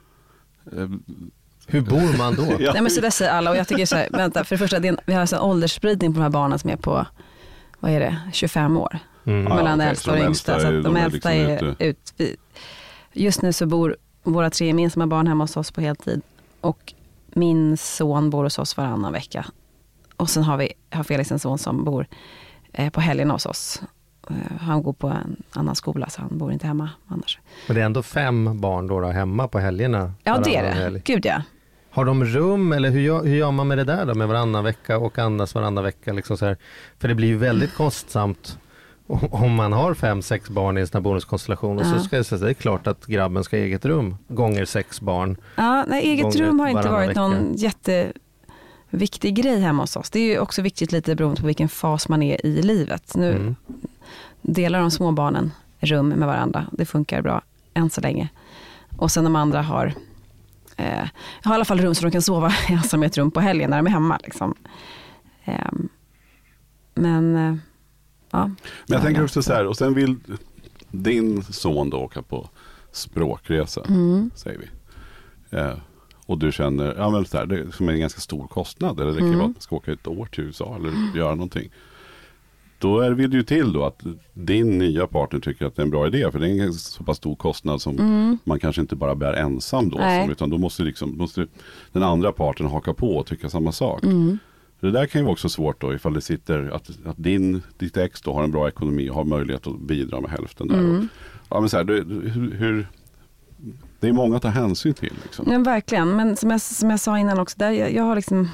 Hur bor man då?
ja. Nej men så där säger alla och jag tycker så här, vänta, för det första det en, vi har en åldersspridning på de här barnen som är på, vad är det, tjugofem år. Mm. Mellan ja, okay. äldsta och yngsta. Så att de äldsta är, liksom är ut. Vi, just nu så bor våra tre gemensamma barn hemma hos oss på heltid. Och min son bor hos oss varannan vecka. Och sen har vi har Felix en son som bor eh, på helgen hos oss. Eh, han går på en annan skola så han bor inte hemma annars.
Men det är ändå fem barn då, då hemma på helgerna?
Ja det är det, helg. Gud ja.
Har de rum eller hur gör, hur gör man med det där då? Med varannan vecka och Annas varannan vecka liksom så här. För det blir ju väldigt mm. kostsamt om man har fem, sex barn i en sån här bonuskonstellation. Och ja. så ska jag säga, det är klart att grabben ska ha eget rum. Gånger sex barn.
Ja, nej, eget rum har inte varit vecka. någon jätteviktig grej hemma hos oss. Det är ju också viktigt lite beroende på vilken fas man är i livet. Nu mm. delar de små barnen rum med varandra. Det funkar bra än så länge. Och sen de andra har eh, har i alla fall rum så de kan sova ensam i ett rum på helgen när de är hemma. Liksom. Eh, men... Eh, Ja,
men jag tänker också så här, och sen vill din son då åka på språkresa, mm. säger vi. Eh, och du känner, ja men så här, det är som en ganska stor kostnad, eller det kan mm. vara att man ska åka ett år till U S A eller mm. göra någonting. då är, vill det ju till då att din nya partner tycker att det är en bra idé. För det är en så pass stor kostnad som mm. man kanske inte bara bär ensam då. Som, utan då måste, liksom, måste den andra parten haka på och tycka samma sak. Mm. Det där kan ju vara också svårt då ifall det sitter att, att din, ditt ex då har en bra ekonomi och har möjlighet att bidra med hälften där. Mm. Och, ja, men så här, det, hur, hur, det är många att ta hänsyn till. Liksom.
Ja, verkligen. Men som jag, som jag sa innan också, där, jag, jag har liksom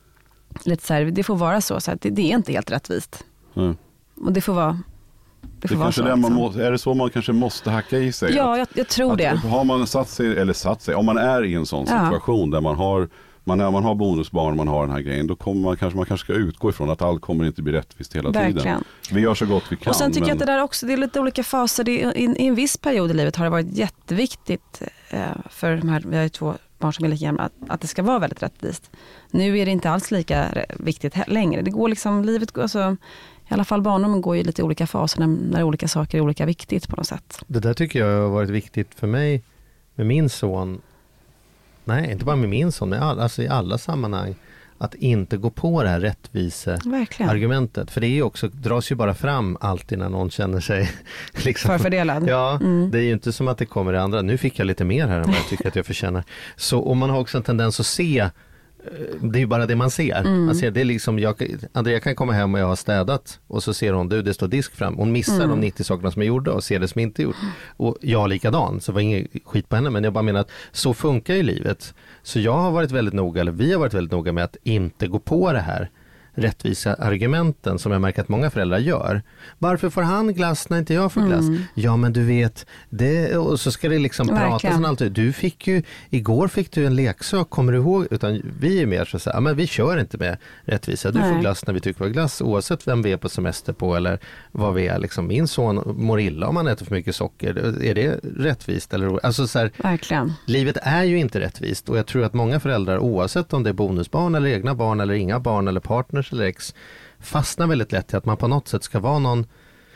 lite så här, det får vara så, så här, det, det är inte helt rättvist. Mm. Och det får vara det får
det
vara
så,
det
man må, är det så man kanske måste hacka i sig?
Ja,
att,
jag, jag tror
att,
det.
Har man satt sig, eller satt sig, om man är i en sån situation ja. där man har Man, när man har bonusbarn, man har den här grejen, då kommer man kanske, man kanske ska utgå ifrån att allt kommer inte bli rättvist hela Verkligen. tiden. Vi gör så gott vi kan.
Och sen tycker
men...
jag att det där också, det är lite olika faser. Det är, i, I en viss period i livet har det varit jätteviktigt eh, för de här, vi har ju två barn som är lika gamla, att, att det ska vara väldigt rättvist. Nu är det inte alls lika viktigt he- längre. Det går liksom, livet går så, i alla fall barnen går ju lite i olika faser när, när olika saker är olika viktigt på något sätt.
Det där tycker jag har varit viktigt för mig med min son. Nej, inte bara med min son, men all, alltså i alla sammanhang. Att inte gå på det här rättvise-argumentet. För det är ju också, dras ju bara fram alltid när någon känner sig liksom,
förfördelad.
Ja, mm. det är ju inte som att det kommer det andra. Nu fick jag lite mer här än vad jag tycker att jag förtjänar. Så, och man har också en tendens att se, det är ju bara det man ser. Mm. Man ser det är liksom, jag, Andrea kan komma hem och jag har städat och så ser hon, du det står disk fram. Hon missar mm. de nittio sakerna som är gjorda och ser det som inte är gjort. Och jag likadan, så var inget skit på henne. Men jag bara menar att så funkar ju livet. Så jag har varit väldigt noga, eller vi har varit väldigt noga med att inte gå på det här rättvisa argumenten som jag märker att många föräldrar gör. Varför får han glass när inte jag får glass? Mm. Ja, men du vet, det, och så ska det liksom prata som alltid. Du fick ju, igår fick du en leksak, kommer du ihåg? Utan vi är mer så att säga, men vi kör inte med rättvisa. Du Nej. får glass när vi tycker vi har glass, oavsett vem vi är på semester på eller vad vi är. Liksom, min son mår illa om man äter för mycket socker. Är det rättvist? Eller, alltså så här,
Verkligen.
Livet är ju inte rättvist och jag tror att många föräldrar, oavsett om det är bonusbarn eller egna barn eller inga barn eller partners eller ex, fastnar väldigt lätt till att man på något sätt ska vara någon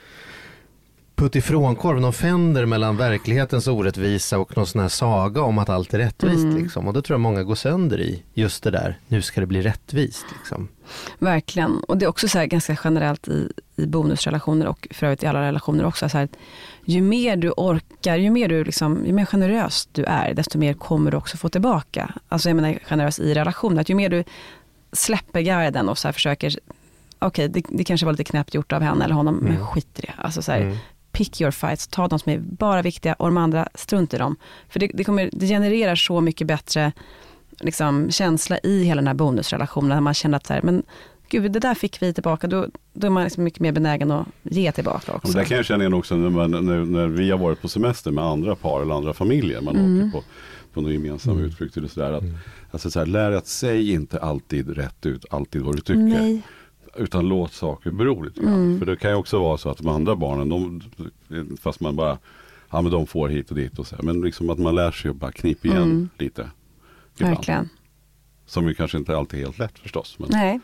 puttifrånkorv, någon fänder mellan verklighetens orättvisa och någon sån här saga om att allt är rättvist. Mm. Liksom. Och då tror jag många går sönder i just det där, nu ska det bli rättvist. Liksom.
Verkligen. Och det är också så här ganska generellt i, i bonusrelationer och för övrigt i alla relationer också. Så här, ju mer du orkar, ju mer du liksom, ju mer generös du är, desto mer kommer du också få tillbaka. Alltså jag menar generös i relationen. Att ju mer du släpper garden och så här försöker, okej, okay, det, det kanske var lite knäppt gjort av henne eller honom, mm. men skit i det. Alltså så här, mm. pick your fights, ta de som är bara viktiga och de andra strunt i dem. För det, det, kommer, det genererar så mycket bättre liksom, känsla i hela den här bonusrelationen när man känner att så här, men gud, det där fick vi tillbaka, då, då är man liksom mycket mer benägen att ge tillbaka också.
Det kan jag känna igen också när, man, när, när vi har varit på semester med andra par eller andra familjer, man mm. åker på på någon gemensam mm. utflykt eller sådär. Att, mm. alltså så här, lär att säg inte alltid rätt ut, alltid vad du tycker. Nej. Utan låt saker bero lite grann. Mm. För det kan ju också vara så att de andra barnen, de, fast man bara, ja men de får hit och dit och så här, men liksom att man lär sig att bara knipa igen mm. lite. Ibland.
Verkligen.
Som ju kanske inte alltid är helt lätt förstås. Men...
Nej.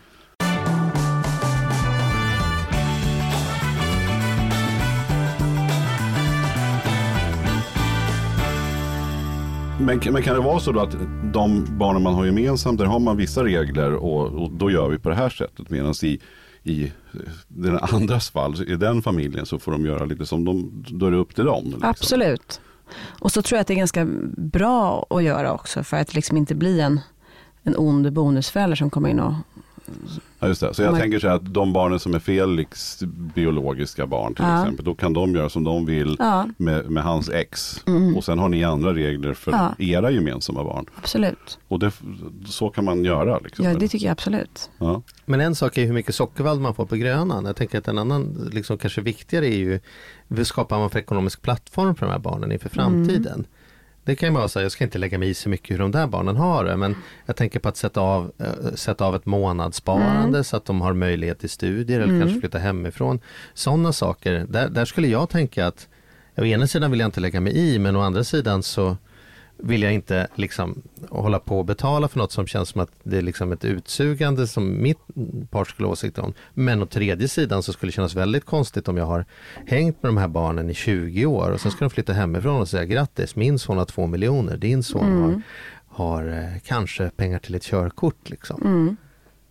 Men, men kan det vara så då att de barnen man har gemensamt, där har man vissa regler och, och då gör vi på det här sättet. Medan i, i den andras fall, i den familjen, så får de göra lite som de, då är det upp till dem. Liksom.
Absolut. Och så tror jag att det är ganska bra att göra också för att liksom inte bli en, en ond bonusförälder som kommer in och...
Ja, just det. Så jag man... tänker så här att de barnen som är Felix biologiska barn till ja. exempel, då kan de göra som de vill ja. med, med hans ex. Mm. Och sen har ni andra regler för ja. era gemensamma barn.
Absolut.
Och det, så kan man göra. Liksom.
Ja, det tycker jag absolut.
Ja. Men en sak är hur mycket sockervall man får på grönan. Jag tänker att en annan, liksom kanske viktigare är ju vad skapar man för ekonomisk plattform för de här barnen inför framtiden. Mm. Det kan ju vara så, jag ska inte lägga mig i så mycket hur de där barnen har det, men jag tänker på att sätta av, äh, sätta av ett månadssparande mm. så att de har möjlighet till studier eller mm. kanske flytta hemifrån. Sådana saker, där, där skulle jag tänka att å ena sidan vill jag inte lägga mig i, men å andra sidan så vill jag inte liksom hålla på och betala för något som känns som att det är liksom ett utsugande som mitt par skulle åsikta om. Men å tredje sidan så skulle det kännas väldigt konstigt om jag har hängt med de här barnen i tjugo år och sen ska de flytta hemifrån och säga grattis, min son har två miljoner, din son mm. har, har eh, kanske pengar till ett körkort liksom. Mm.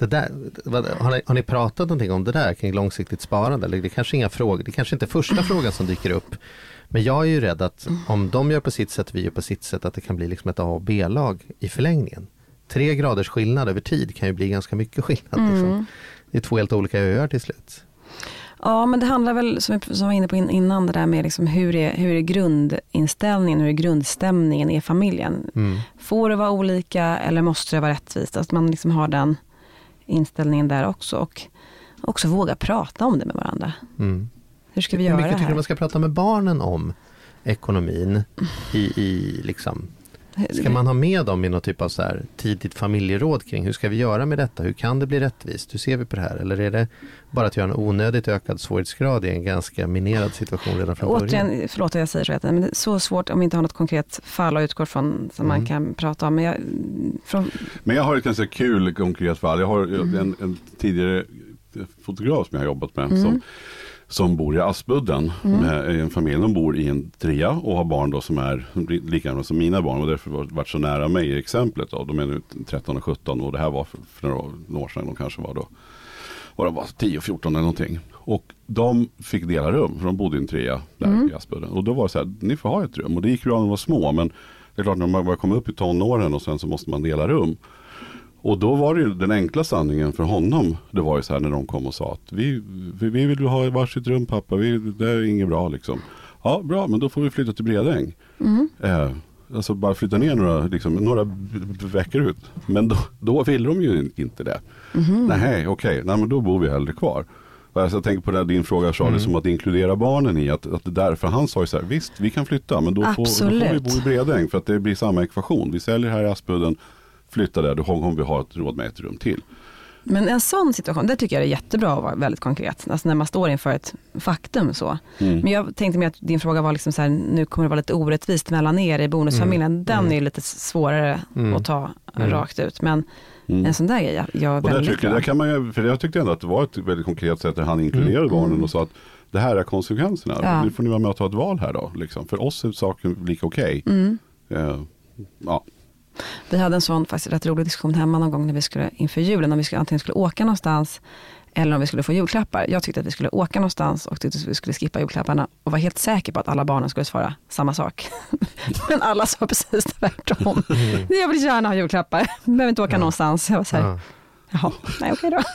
Det där, vad, har, ni, har ni pratat någonting om det där kring långsiktigt sparande? Eller det är kanske inga frågor, det är kanske inte första frågan som dyker upp. Men jag är ju rädd att om de gör på sitt sätt, vi gör på sitt sätt, att det kan bli liksom ett A- och B-lag i förlängningen. Tre graders skillnad över tid kan ju bli ganska mycket skillnad. Mm. Liksom. Det är två helt olika öar till slut.
Ja, men det handlar väl, som vi var inne på innan, det där med liksom hur, är, hur är grundinställningen, hur är grundstämningen i familjen. Mm. Får det vara olika eller måste det vara rättvist? Att man liksom har den inställningen där också. Och också våga prata om det med varandra. Mm. Hur ska vi göra det här? Hur mycket tycker du man
ska prata med barnen om ekonomin i, i liksom... Ska man ha med dem i någon typ av så här tidigt familjeråd kring hur ska vi göra med detta? Hur kan det bli rättvist? Hur ser vi på det här? Eller är det bara att göra en onödigt ökad svårighetsgrad i en ganska minerad situation redan från början?
Återigen, förlåt att jag säger så, men det är så svårt om vi inte har något konkret fall att utgå från som mm. man kan prata om. Men jag, från...
men jag har ett ganska kul konkret fall. Jag har mm. en, en tidigare fotograf som jag har jobbat med mm. som som bor i Aspudden mm. med en familj. De bor i en trea och har barn då som är lika gamla som mina barn och därför har varit så nära mig i exemplet. Då. De är nu tretton och sjutton och det här var för, för några år sedan. De kanske var då var det var tio och fjorton eller någonting. Och de fick dela rum för de bodde i en trea där mm. i Aspudden. Och då var det så här, ni får ha ett rum. Och det gick bra när de var små, men det är klart när man börjar komma upp i tonåren och sen så måste man dela rum. Och då var det ju den enkla sanningen för honom. Det var ju så här när de kom och sa att vi, vi, vi vill ha varsitt rum pappa, vi, det är inget bra liksom. Ja bra, men då får vi flytta till Bredäng. Mm. Eh, alltså bara flytta ner några, liksom, några veckor ut. Men då, då vill de ju inte det. Mm. Nej okej, okay. Men då bor vi hellre kvar. Alltså, jag tänker på det, din fråga Charlie, mm. som att inkludera barnen i att, att det där, för han sa ju så här, visst vi kan flytta men då får, då får vi bo i Bredäng för att det blir samma ekvation. Vi säljer här i Aspudden, flytta där, då kommer vi ha ett råd med ett rum till.
Men en sån situation, det tycker jag är jättebra och var väldigt konkret. Alltså när man står inför ett faktum så. Mm. Men jag tänkte mig att din fråga var liksom så här, nu kommer det vara lite orättvist mellan er i bonusfamiljen. Mm. Den mm. är lite svårare mm. att ta mm. rakt ut. Men mm. en sån där grej, jag, jag är
och
väldigt
där tycker, där kan man ju, för jag tyckte ändå att det var ett väldigt konkret sätt där han inkluderade mm. barnen och sa att det här är konsekvenserna. Ja. Nu får ni vara med och ta ett val här då. Liksom. För oss är saken lika okej. Okay. Mm. Uh, ja.
Vi hade en sån faktiskt rätt rolig diskussion hemma någon gång när vi skulle inför julen, om vi skulle, antingen skulle åka någonstans eller om vi skulle få julklappar. Jag tyckte att vi skulle åka någonstans och tyckte att vi skulle skippa julklapparna och var helt säker på att alla barnen skulle svara samma sak. Men alla sa precis tvärtom. Mm. Jag vill gärna ha julklappar. Jag behöver inte åka ja. någonstans. Jag var så här, ja. Jaha, nej okej då.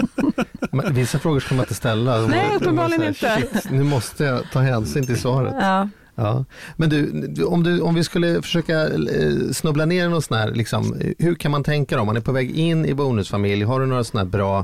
Men vissa frågor ska man inte ställa.
Nej, uppenbarligen inte.
Shit, nu måste jag ta hänsyn till svaret.
Ja.
Ja. Men du om, du, om vi skulle försöka snubbla ner någon sån här, liksom, hur kan man tänka då? Man är på väg in i bonusfamilj, har du några såna här bra,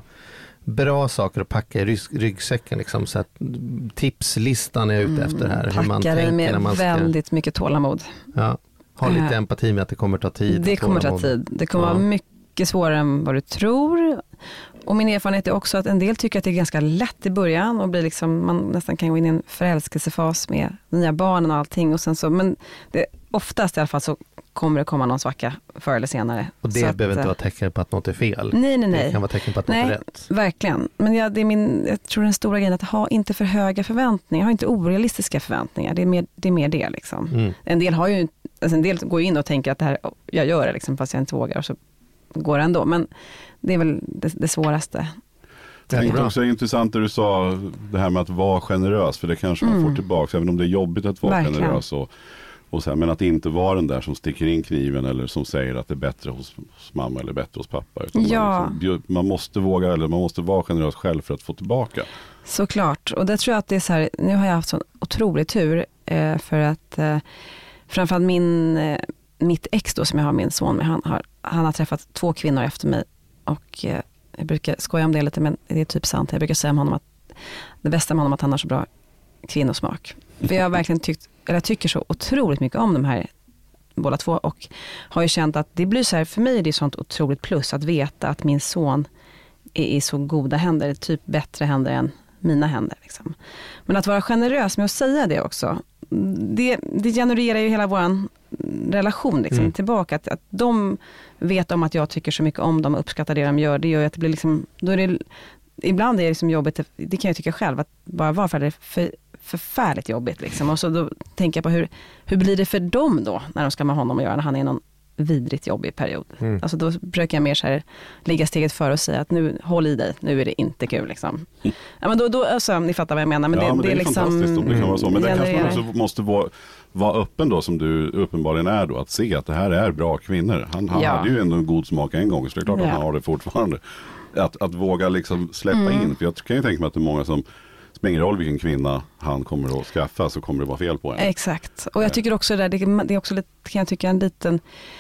bra saker att packa i ryggsäcken? Liksom, så att tipslistan är ute efter här.
Packa
hur man
det med
när man ska...
väldigt mycket tålamod.
Ja. Ha lite äh, empati med att det kommer ta tid.
Det kommer ta tid. Det kommer ja. vara mycket svårare än vad du tror. Och min erfarenhet är också att en del tycker att det är ganska lätt i början och blir liksom, man nästan kan gå in i en förälskelsefas med nya barnen och allting. Och sen så, men det, oftast i alla fall så kommer det komma någon svacka förr eller senare.
Och det
så
behöver
att,
inte vara tecken på att något är fel.
Nej, nej, nej.
Det kan vara tecken på att
nej,
något är rätt.
Verkligen. Men jag, det är min, jag tror den stora grejen är att ha inte för höga förväntningar. Ha inte orealistiska förväntningar. Det är mer det, är mer det liksom. Mm. En del har ju, alltså en del går in och tänker att det här, jag gör det liksom fast jag inte vågar. Så går det ändå. Men det är väl det, det svåraste.
Jag tänkte också intressant det du sa, det här med att vara generös, för det kanske man mm. får tillbaka, även om det är jobbigt att vara Verkligen. generös och, och så här, men att inte vara den där som sticker in kniven eller som säger att det är bättre hos, hos mamma eller bättre hos pappa. Utan
ja.
man, liksom, man måste våga, eller man måste vara generös själv för att få tillbaka.
Såklart, och det tror jag att det är så här, nu har jag haft sån otrolig tur eh, för att eh, framförallt min eh, mitt ex då som jag har min son med, han har, han har träffat två kvinnor efter mig och eh, jag brukar skoja om det lite, men det är typ sant. Jag brukar säga om honom att det bästa med honom att han har så bra kvinnosmak. För jag har verkligen tyckt, eller jag tycker så otroligt mycket om de här båda två och har ju känt att det blir så här, för mig är det sånt otroligt plus att veta att min son är i så goda händer, typ bättre händer än mina händer liksom. Men att vara generös med att säga det också, det, det genererar ju hela våran relation liksom, mm. tillbaka. Att, att de vet om att jag tycker så mycket om dem och uppskattar det de gör. Det gör ju att det blir liksom, då är det, ibland är det liksom jobbigt, det kan jag tycka själv, att bara vara för det för, förfärligt jobbigt liksom. Och så då tänker jag på hur, hur blir det för dem då när de ska med honom och göra, när han är någon vidrigt jobbig period.
Mm.
Alltså då brukar jag mer så här ligga steget före och säga att nu, håll i dig, nu är det inte kul liksom. Ja, men då, då, alltså, ni fattar vad jag menar. Men
ja,
det,
men det,
det
är
är liksom,
fantastiskt om det kan vara så. Men det kanske man
genererar.
också måste vara, vara öppen då, som du uppenbarligen är då, att se att det här är bra kvinnor. Han, han
Ja.
hade ju ändå en god smak en gång, så det är klart
Ja.
att han har det fortfarande. Att, att våga liksom släppa
Mm.
in, för jag kan ju tänka mig att det är många som spelar ingen roll vilken kvinna han kommer att skaffa, så kommer det vara fel på en.
Exakt. Och jag tycker också det där, det, det är också lite, kan jag tycka, en liten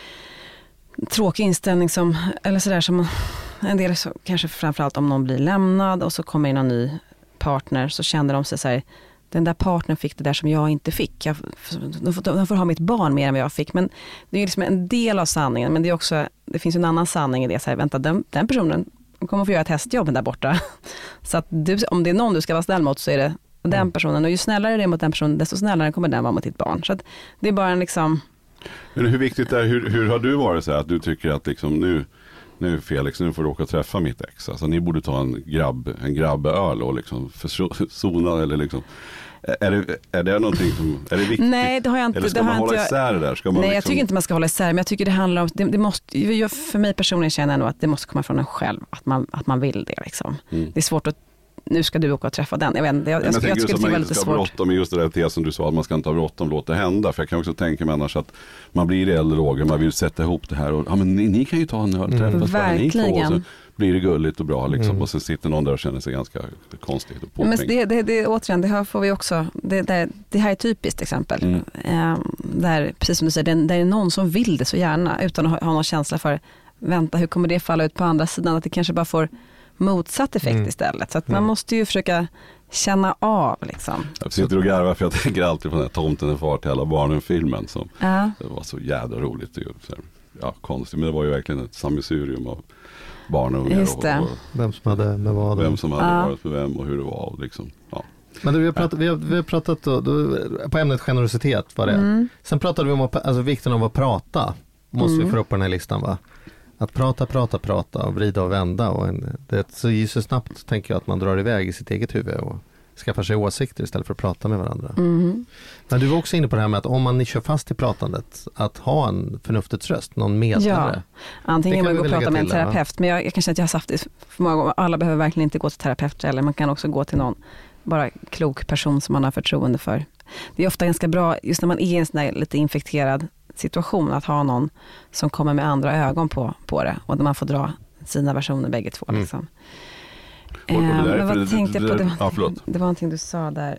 tråkig inställning som, eller sådär som en del, så, kanske framförallt om någon blir lämnad och så kommer in en ny partner, så känner de sig så här, den där partnern fick det där som jag inte fick. Jag, de, får, de får ha mitt barn mer än vad jag fick. Men det är liksom en del av sanningen. Men det är också, det finns en annan sanning i det. Så här, vänta, den, den personen kommer få göra ett hästjobb där borta. Så att du, om det är någon du ska vara snäll mot, så är det den personen. Och ju snällare det är mot den personen, desto snällare kommer den vara mot ditt barn. Så att det är bara en liksom...
Men hur viktigt är, hur, hur har du varit så här att du tycker att liksom nu, nu Felix, nu får du åka träffa mitt ex. Alltså ni borde ta en grabb, en grabböl och liksom försona eller liksom. Är det, är det någonting som, är det viktigt?
Nej, det har jag inte.
Eller ska
det
man
har
hålla
inte
isär det där? Ska man
Nej,
liksom...
jag tycker inte man ska hålla isär, men jag tycker det handlar om, det, det måste, jag, för mig personligen känner jag nog att det måste komma från en själv, att man, att man vill det liksom. Mm. Det är svårt att, nu ska du åka och träffa den. Jag vet inte, jag, jag, jag, jag, jag skulle tycka det var lite svårt.
Bråttom, just det där tesen du sa, att man ska inte ha bråttom, låta det hända. För jag kan också tänka mig annars att man blir äldre Roger, man vill sätta ihop det här och, ja men ni, ni kan ju ta en öl, träffas bara ni två, och så blir det gulligt och bra liksom. Mm. Och så sitter någon där och känner sig ganska konstigt och påtänkt. Men
det, det, det, återigen, det här får vi också, det, det, det här är ett typiskt exempel. Mm. Eh, där, precis som du säger, det, det är någon som vill det så gärna utan att ha, ha någon känsla för, vänta, hur kommer det falla ut på andra sidan? Att det kanske bara får motsatt effekt mm. istället. Så att man mm. måste ju försöka känna av liksom.
Jag sitter och garvar för jag tänker alltid på den här Tomten är far till alla barnen-filmen som
ja.
Det var så jävla roligt. Det är, ja, konstigt, men det var ju verkligen ett sammelsurium av barn och ungar.
Just det.
Och, och
vem som hade med vad.
Vem som hade
ja.
varit med vem och hur det var. Och liksom, ja.
Men du, vi, har pratat, vi, har, vi har pratat då, då, på ämnet generositet var det. Mm. Sen pratade vi om att, alltså, vikten av att prata. Måste mm. vi få upp på den här listan, va? Att prata, prata, prata och vrida och vända. Och en, det, så, så snabbt tänker jag att man drar iväg i sitt eget huvud och skaffar sig åsikter istället för att prata med varandra.
Mm.
Men du var också inne på det här med att om man kör fast i pratandet, att ha en förnuftets röst, någon medlare.
Ja, antingen man går och prata med en terapeut, det, men jag, jag kan känna att jag har sagt det för många gånger. Alla behöver verkligen inte gå till terapeut, eller man kan också gå till någon bara klok person som man har förtroende för. Det är ofta ganska bra, just när man är i en sån här lite infekterad situation, att ha någon som kommer med andra ögon på, på det och där man får dra sina versioner bägge två. Mm. Liksom.
Och, och det där,
men vad
det,
tänkte jag på? Det,
ja,
det var någonting du sa där.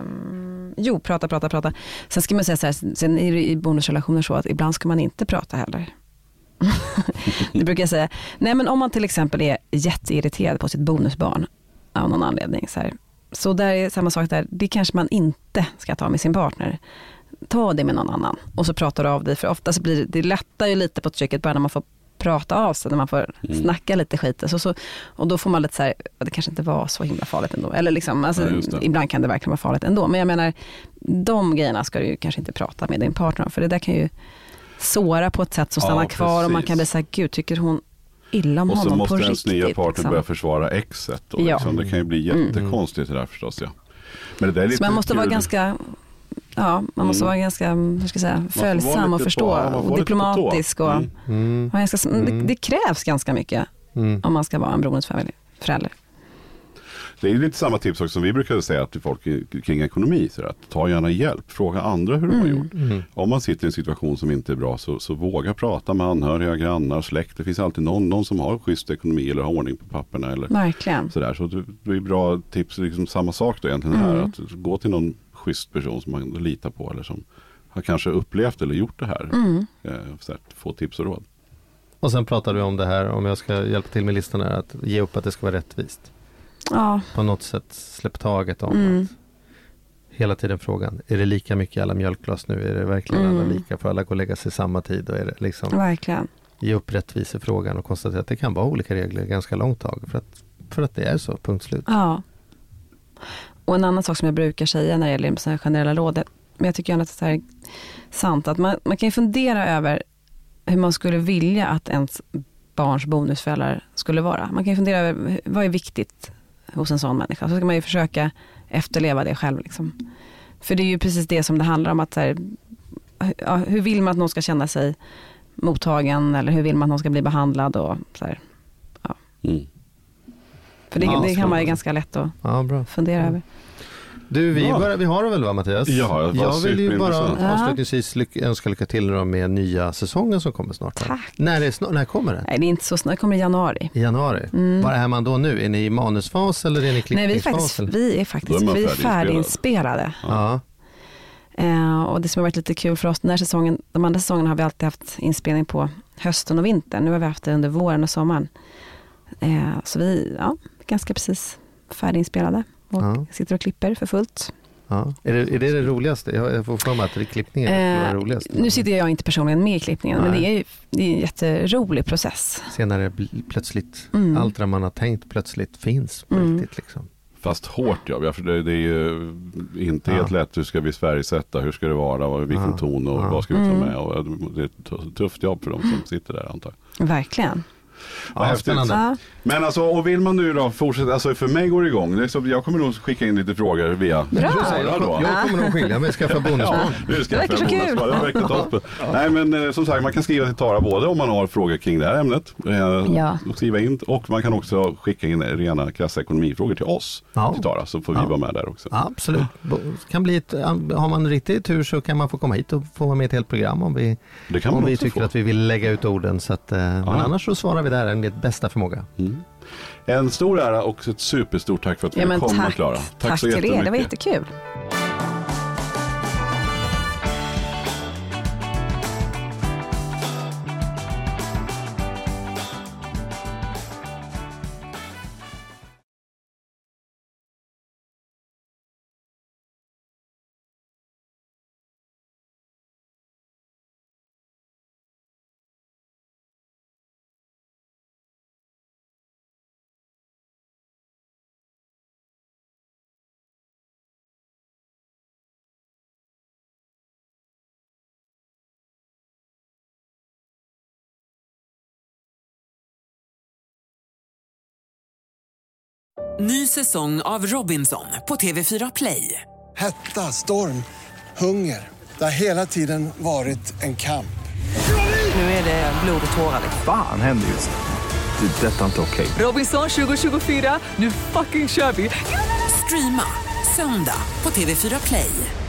Um, jo, prata, prata, prata. Sen ska man säga så här, sen är det i bonusrelationer så att ibland ska man inte prata heller. Det brukar jag säga. Nej, men om man till exempel är jätteirriterad på sitt bonusbarn av någon anledning. Så, här, så där är samma sak där. Det kanske man inte ska ta med sin partner. Ta det med någon annan. Och så pratar du av dig. För ofta så blir det, det lättar ju lite på trycket bara när man får prata av sig, när man får mm. snacka lite skit. Så, så, och då får man lite så här, det kanske inte var så himla farligt ändå. Eller liksom, alltså, ja, ibland kan det verkligen vara farligt ändå. Men jag menar, de grejerna ska du ju kanske inte prata med din partner om. För det där kan ju såra på ett sätt som stannar ja, kvar. Precis. Och man kan bli så här, gud, tycker hon illa om
och
honom på riktigt?
Och så måste ens nya partner
liksom.
börja försvara exet. Och
ja.
liksom, det kan ju bli jättekonstigt det där förstås. Ja. Men det där är lite
så man måste kul. vara ganska... Ja, man måste mm. vara ganska, hur ska jag säga, följsam och förstå på, och diplomatisk. Och, mm. Mm. Och ganska, det, det krävs ganska mycket mm. om man ska vara en bonusförälder.
Det är lite samma tips också som vi brukade säga till folk kring ekonomi. Så att ta gärna hjälp, fråga andra hur de har gjort. Mm. Om man sitter i en situation som inte är bra så, så våga prata med anhöriga, grannar, släkt. Det finns alltid någon, någon som har schysst ekonomi eller har ordning på papperna. Eller
verkligen.
Sådär. Så det, det är bra tips, liksom samma sak då egentligen mm. här. Att gå till någon schysst person som man litar på eller som har kanske upplevt eller gjort det här. Mm. Eh, så att få tips och råd.
Och sen pratar vi om det här, om jag ska hjälpa till med listan här, att ge upp att det ska vara rättvist.
Ja.
På något sätt släpp taget om
mm.
att hela tiden frågan, är det lika mycket i alla mjölkglas nu? Är det verkligen mm. alla lika för alla går och lägga sig samma tid? Och är det liksom
verkligen.
Ge upp rättvisefrågan och konstatera att det kan vara olika regler ganska långt tag för att, för att det är så, punkt slut.
Ja. Och en annan sak som jag brukar säga när det gäller så här generella råd, men jag tycker ändå att det är sant, att man, man kan ju fundera över hur man skulle vilja att ens barns bonusföräldrar skulle vara. Man kan ju fundera över vad är viktigt hos en sån människa. Så ska man ju försöka efterleva det själv. Liksom. För det är ju precis det som det handlar om. Att så här, ja, hur vill man att någon ska känna sig mottagen eller hur vill man att någon ska bli behandlad och så här. Ja.
Mm.
För det,
Ja,
det kan vara
så.
ganska lätt att
Ja, bra.
fundera
Mm.
över.
Du, vi,
Ja.
bara, vi har det väl va Mattias?
Ja, det var
jag vill ju bara
superintressant.
avslutningsvis lyck- önska lycka till då med nya säsongen som kommer snart. här.
Tack.
När, är snart, när kommer det?
Nej, det är inte så snart. Det kommer i januari.
I januari?
Mm.
Var är man då nu? Är ni i manusfas eller är ni i
Nej, vi är
klippningsfas?
faktiskt,
eller?
vi är
Då
faktiskt
är man
vi är
färdiginspelad.
färdiginspelade.
Ja.
Eh, och det som har varit lite kul för oss den här säsongen, de andra säsongerna har vi alltid haft inspelning på hösten och vintern. Nu har vi haft det under våren och sommaren. Eh, så vi ja, ganska precis färdiginspelade och
Ja.
sitter och klipper för fullt.
Ja. Är, det, är det det roligaste? Jag, jag får för mig att det klippningen är
Eh,
det roligaste.
nu sitter jag inte personligen med i klippningen,
Nej.
men det är ju det är en jätterolig process.
Senare bl- plötsligt,
Mm.
allt det man har tänkt plötsligt finns på
Mm.
riktigt. Liksom.
Fast hårt jobb, ja, för det, det är ju inte
Ja.
helt lätt. Hur ska vi färgsätta, hur ska det vara, och vilken
Ja.
ton och
Ja.
vad ska vi ta
Mm.
med. Och det är ett tufft jobb för de som sitter där antar jag.
Verkligen.
Vad
Ja,
häftigt.
spännande.
Ja.
Men alltså, och vill man nu då fortsätta, alltså för mig går det igång. Det är så, jag kommer nog skicka in lite frågor via
Bra.
Sara då.
Jag kommer nog skilja mig och skaffa bonusbarn.
Ja, nu ska
Det
jag
verkar så
få
kul.
bonusbarn. Det verkar toppen. Nej men eh, som sagt, man kan skriva till Tara både om man har frågor kring det här ämnet. Eh,
Ja.
och skriva in, och man kan också skicka in rena krassa ekonomifrågor till oss.
Ja.
Till Tara, så får vi
Ja.
vara med där också.
Ja, absolut. Bo- Kan bli ett, har man riktigt tur så kan man få komma hit och få vara med i ett helt program om vi,
Det kan man
om vi
också
tycker
få.
att vi vill lägga ut orden. Så att, eh, Men annars så svarar vi där enligt bästa förmåga.
Mm. En stor ära och ett superstort tack för att du
Ja, men
kom,
tack.
Klara.
Tack,
Tack så
till er,
jättemycket.
det var jättekul.
Ny säsong av Robinson på T V fyra Play.
Hetta, storm, hunger. Det har hela tiden varit en kamp.
Nu är det blod och tårar.
Fan händer just det. Det är detta inte okej.
Robinson tjugo tjugofyra, nu fucking kör vi. Streama söndag på T V fyra Play.